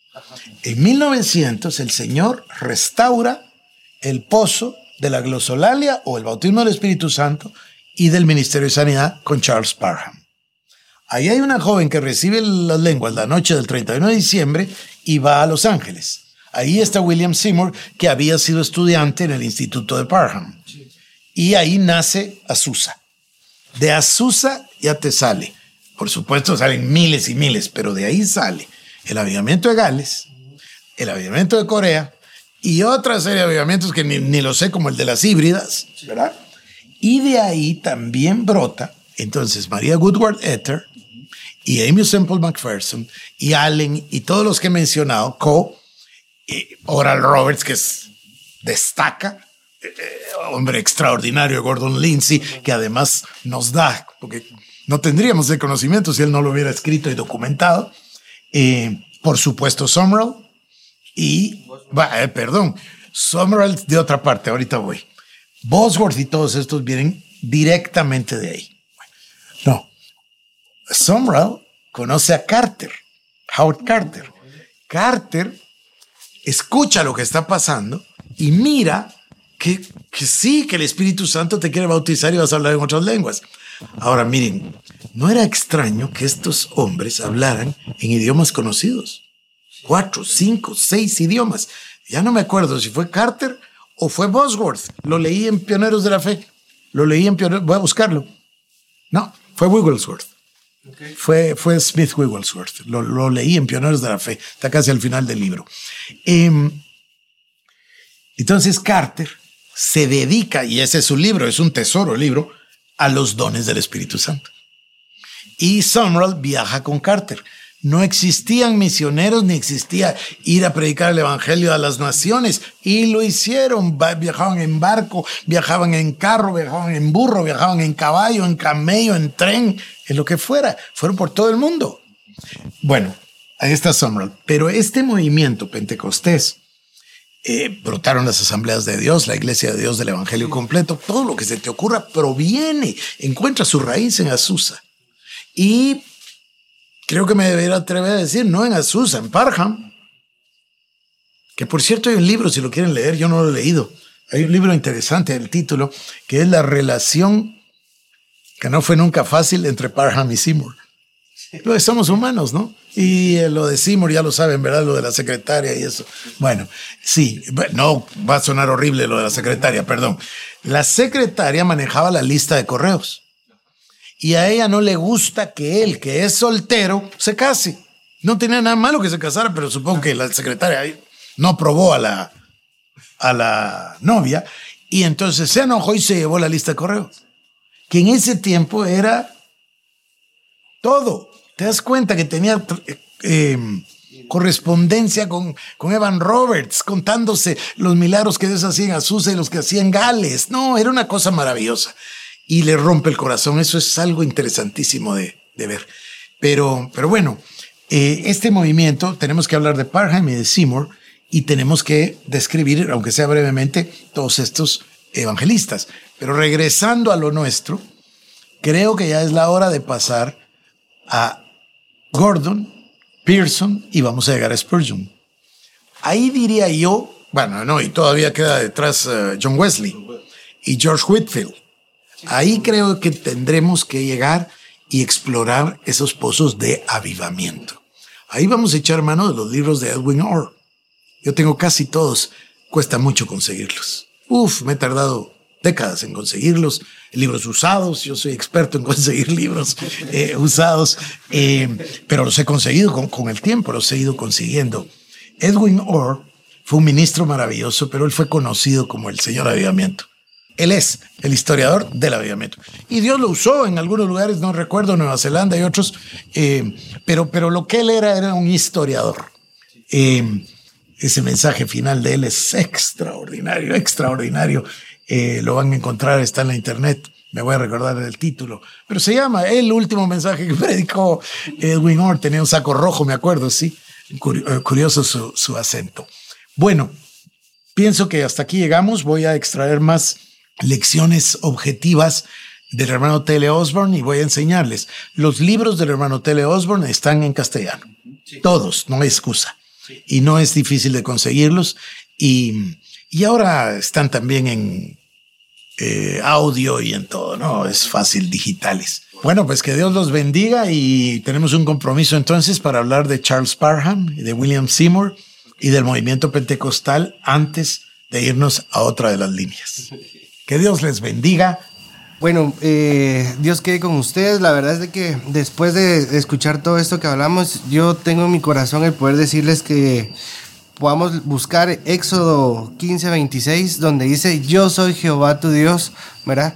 En mil novecientos el Señor restaura el pozo de la glosolalia o el bautismo del Espíritu Santo y del Ministerio de Sanidad con Charles Parham. Ahí hay una joven que recibe las lenguas la noche del treinta y uno de diciembre y va a Los Ángeles. Ahí está William Seymour, que había sido estudiante en el Instituto de Parham. Y ahí nace Azusa. De Azusa ya te sale, por supuesto salen miles y miles, pero de ahí sale el avivamiento de Gales, el avivamiento de Corea y otra serie de avivamientos que ni, ni lo sé, como el de las híbridas, ¿verdad? Y de ahí también brota entonces María Woodward Ether y Amy Semple McPherson y Allen y todos los que he mencionado, Co, y Oral Roberts, que es, destaca, hombre extraordinario, Gordon Lindsay, que además nos da, porque no tendríamos el conocimiento si él no lo hubiera escrito y documentado. Eh, por supuesto, Summerall y, eh, perdón, Summerall de otra parte, ahorita voy. Bosworth y todos estos vienen directamente de ahí. Bueno, no, Summerall conoce a Carter, Howard Carter. Carter escucha lo que está pasando y mira Que, que sí, que el Espíritu Santo te quiere bautizar y vas a hablar en otras lenguas. Ahora miren, no era extraño que estos hombres hablaran en idiomas conocidos. Cuatro, cinco, seis idiomas. Ya no me acuerdo si fue Carter o fue Bosworth. Lo leí en Pioneros de la Fe. Lo leí en Pioneros, voy a buscarlo. No, fue Wigglesworth. Okay. Fue, fue Smith Wigglesworth. Lo, lo leí en Pioneros de la Fe. Está casi al final del libro. Eh, entonces Carter se dedica, y ese es su libro, es un tesoro el libro, a los dones del Espíritu Santo. Y Summerall viaja con Carter. No existían misioneros ni existía ir a predicar el evangelio a las naciones, y lo hicieron. Viajaban en barco, viajaban en carro, viajaban en burro, viajaban en caballo, en camello, en tren, en lo que fuera. Fueron por todo el mundo. Bueno, ahí está Summerall. Pero este movimiento pentecostés, Eh, brotaron las asambleas de Dios, la iglesia de Dios del evangelio completo, todo lo que se te ocurra proviene, encuentra su raíz en Azusa. Y creo que me debería atrever a decir, no en Azusa, en Parham. Que por cierto hay un libro, si lo quieren leer, yo no lo he leído. Hay un libro interesante, el título, que es la relación que no fue nunca fácil entre Parham y Seymour. Lo somos humanos, ¿no? Y eh, lo de Seymour ya lo saben, ¿verdad? Lo de la secretaria y eso. Bueno, sí, no, va a sonar horrible lo de la secretaria, perdón. La secretaria manejaba la lista de correos. Y a ella no le gusta que él, que es soltero, se case. No tenía nada malo que se casara, pero supongo que la secretaria no aprobó a la, a la novia. Y entonces se enojó y se llevó la lista de correos. Que en ese tiempo era todo. Te das cuenta que tenía eh, correspondencia con, con Evan Roberts, contándose los milagros que Dios hacía en Azusa y los que hacía en Gales. No, era una cosa maravillosa. Y le rompe el corazón. Eso es algo interesantísimo de, de ver. Pero, pero bueno, eh, este movimiento, tenemos que hablar de Parham y de Seymour y tenemos que describir, aunque sea brevemente, todos estos evangelistas. Pero regresando a lo nuestro, creo que ya es la hora de pasar a Gordon, Pearson y vamos a llegar a Spurgeon. Ahí diría yo, bueno, no, y todavía queda detrás uh, John Wesley y George Whitefield. Ahí creo que tendremos que llegar y explorar esos pozos de avivamiento. Ahí vamos a echar mano de los libros de Edwin Orr. Yo tengo casi todos, cuesta mucho conseguirlos. Uf, me he tardado décadas en conseguirlos, libros usados, yo soy experto en conseguir libros eh, usados, eh, pero los he conseguido con, con el tiempo, los he ido consiguiendo. Edwin Orr fue un ministro maravilloso, pero él fue conocido como el Señor Avivamiento. Él es el historiador del avivamiento. Y Dios lo usó en algunos lugares, no recuerdo, Nueva Zelanda y otros, eh, pero, pero lo que él era, era un historiador. Eh, ese mensaje final de él es extraordinario, extraordinario. Eh, lo van a encontrar, está en la internet, me voy a recordar el título, pero se llama El último mensaje que predicó Edwin Orr. Tenía un saco rojo, me acuerdo, sí, curioso su, su acento. Bueno, pienso que hasta aquí llegamos. Voy a extraer más lecciones objetivas del hermano T L Osborne y voy a enseñarles. Los libros del hermano T L Osborne están en castellano, sí. Todos, no hay excusa, sí. Y no es difícil de conseguirlos y Y ahora están también en eh, audio y en todo, ¿no? Es fácil, digitales. Bueno, pues que Dios los bendiga y tenemos un compromiso entonces para hablar de Charles Parham y de William Seymour y del movimiento pentecostal antes de irnos a otra de las líneas. Que Dios les bendiga. Bueno, eh, Dios quede con ustedes. La verdad es de que después de escuchar todo esto que hablamos, yo tengo en mi corazón el poder decirles que podamos buscar Éxodo quince veintiséis, donde dice: yo soy Jehová tu Dios, ¿verdad?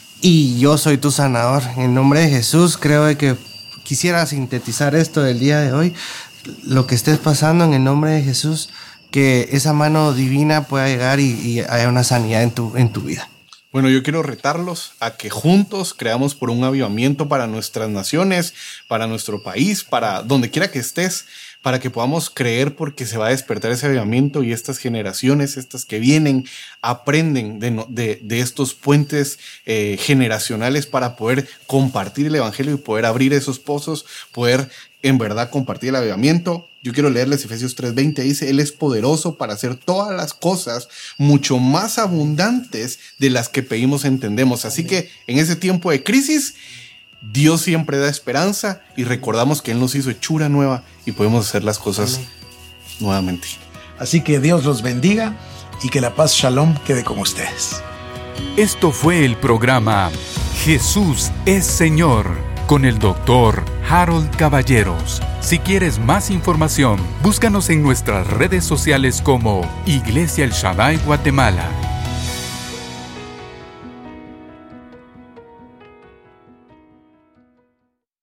Y yo soy tu sanador. En el nombre de Jesús, creo de que quisiera sintetizar esto del día de hoy. Lo que estés pasando, en el nombre de Jesús, que esa mano divina pueda llegar y, y haya una sanidad en tu, en tu vida. Bueno, yo quiero retarlos a que juntos creamos por un avivamiento para nuestras naciones, para nuestro país, para donde quiera que estés, para que podamos creer, porque se va a despertar ese avivamiento y estas generaciones, estas que vienen, aprenden de, de, de estos puentes eh, generacionales para poder compartir el evangelio y poder abrir esos pozos, poder en verdad compartir el avivamiento. Yo quiero leerles Efesios tres veinte, dice: Él es poderoso para hacer todas las cosas mucho más abundantes de las que pedimos entendemos. Así que en ese tiempo de crisis, Dios siempre da esperanza y recordamos que Él nos hizo hechura nueva y podemos hacer las cosas Amén. Nuevamente. Así que Dios los bendiga y que la paz Shalom quede con ustedes. Esto fue el programa Jesús es Señor con el doctor Harold Caballeros. Si quieres más información, búscanos en nuestras redes sociales como Iglesia El Shaddai Guatemala.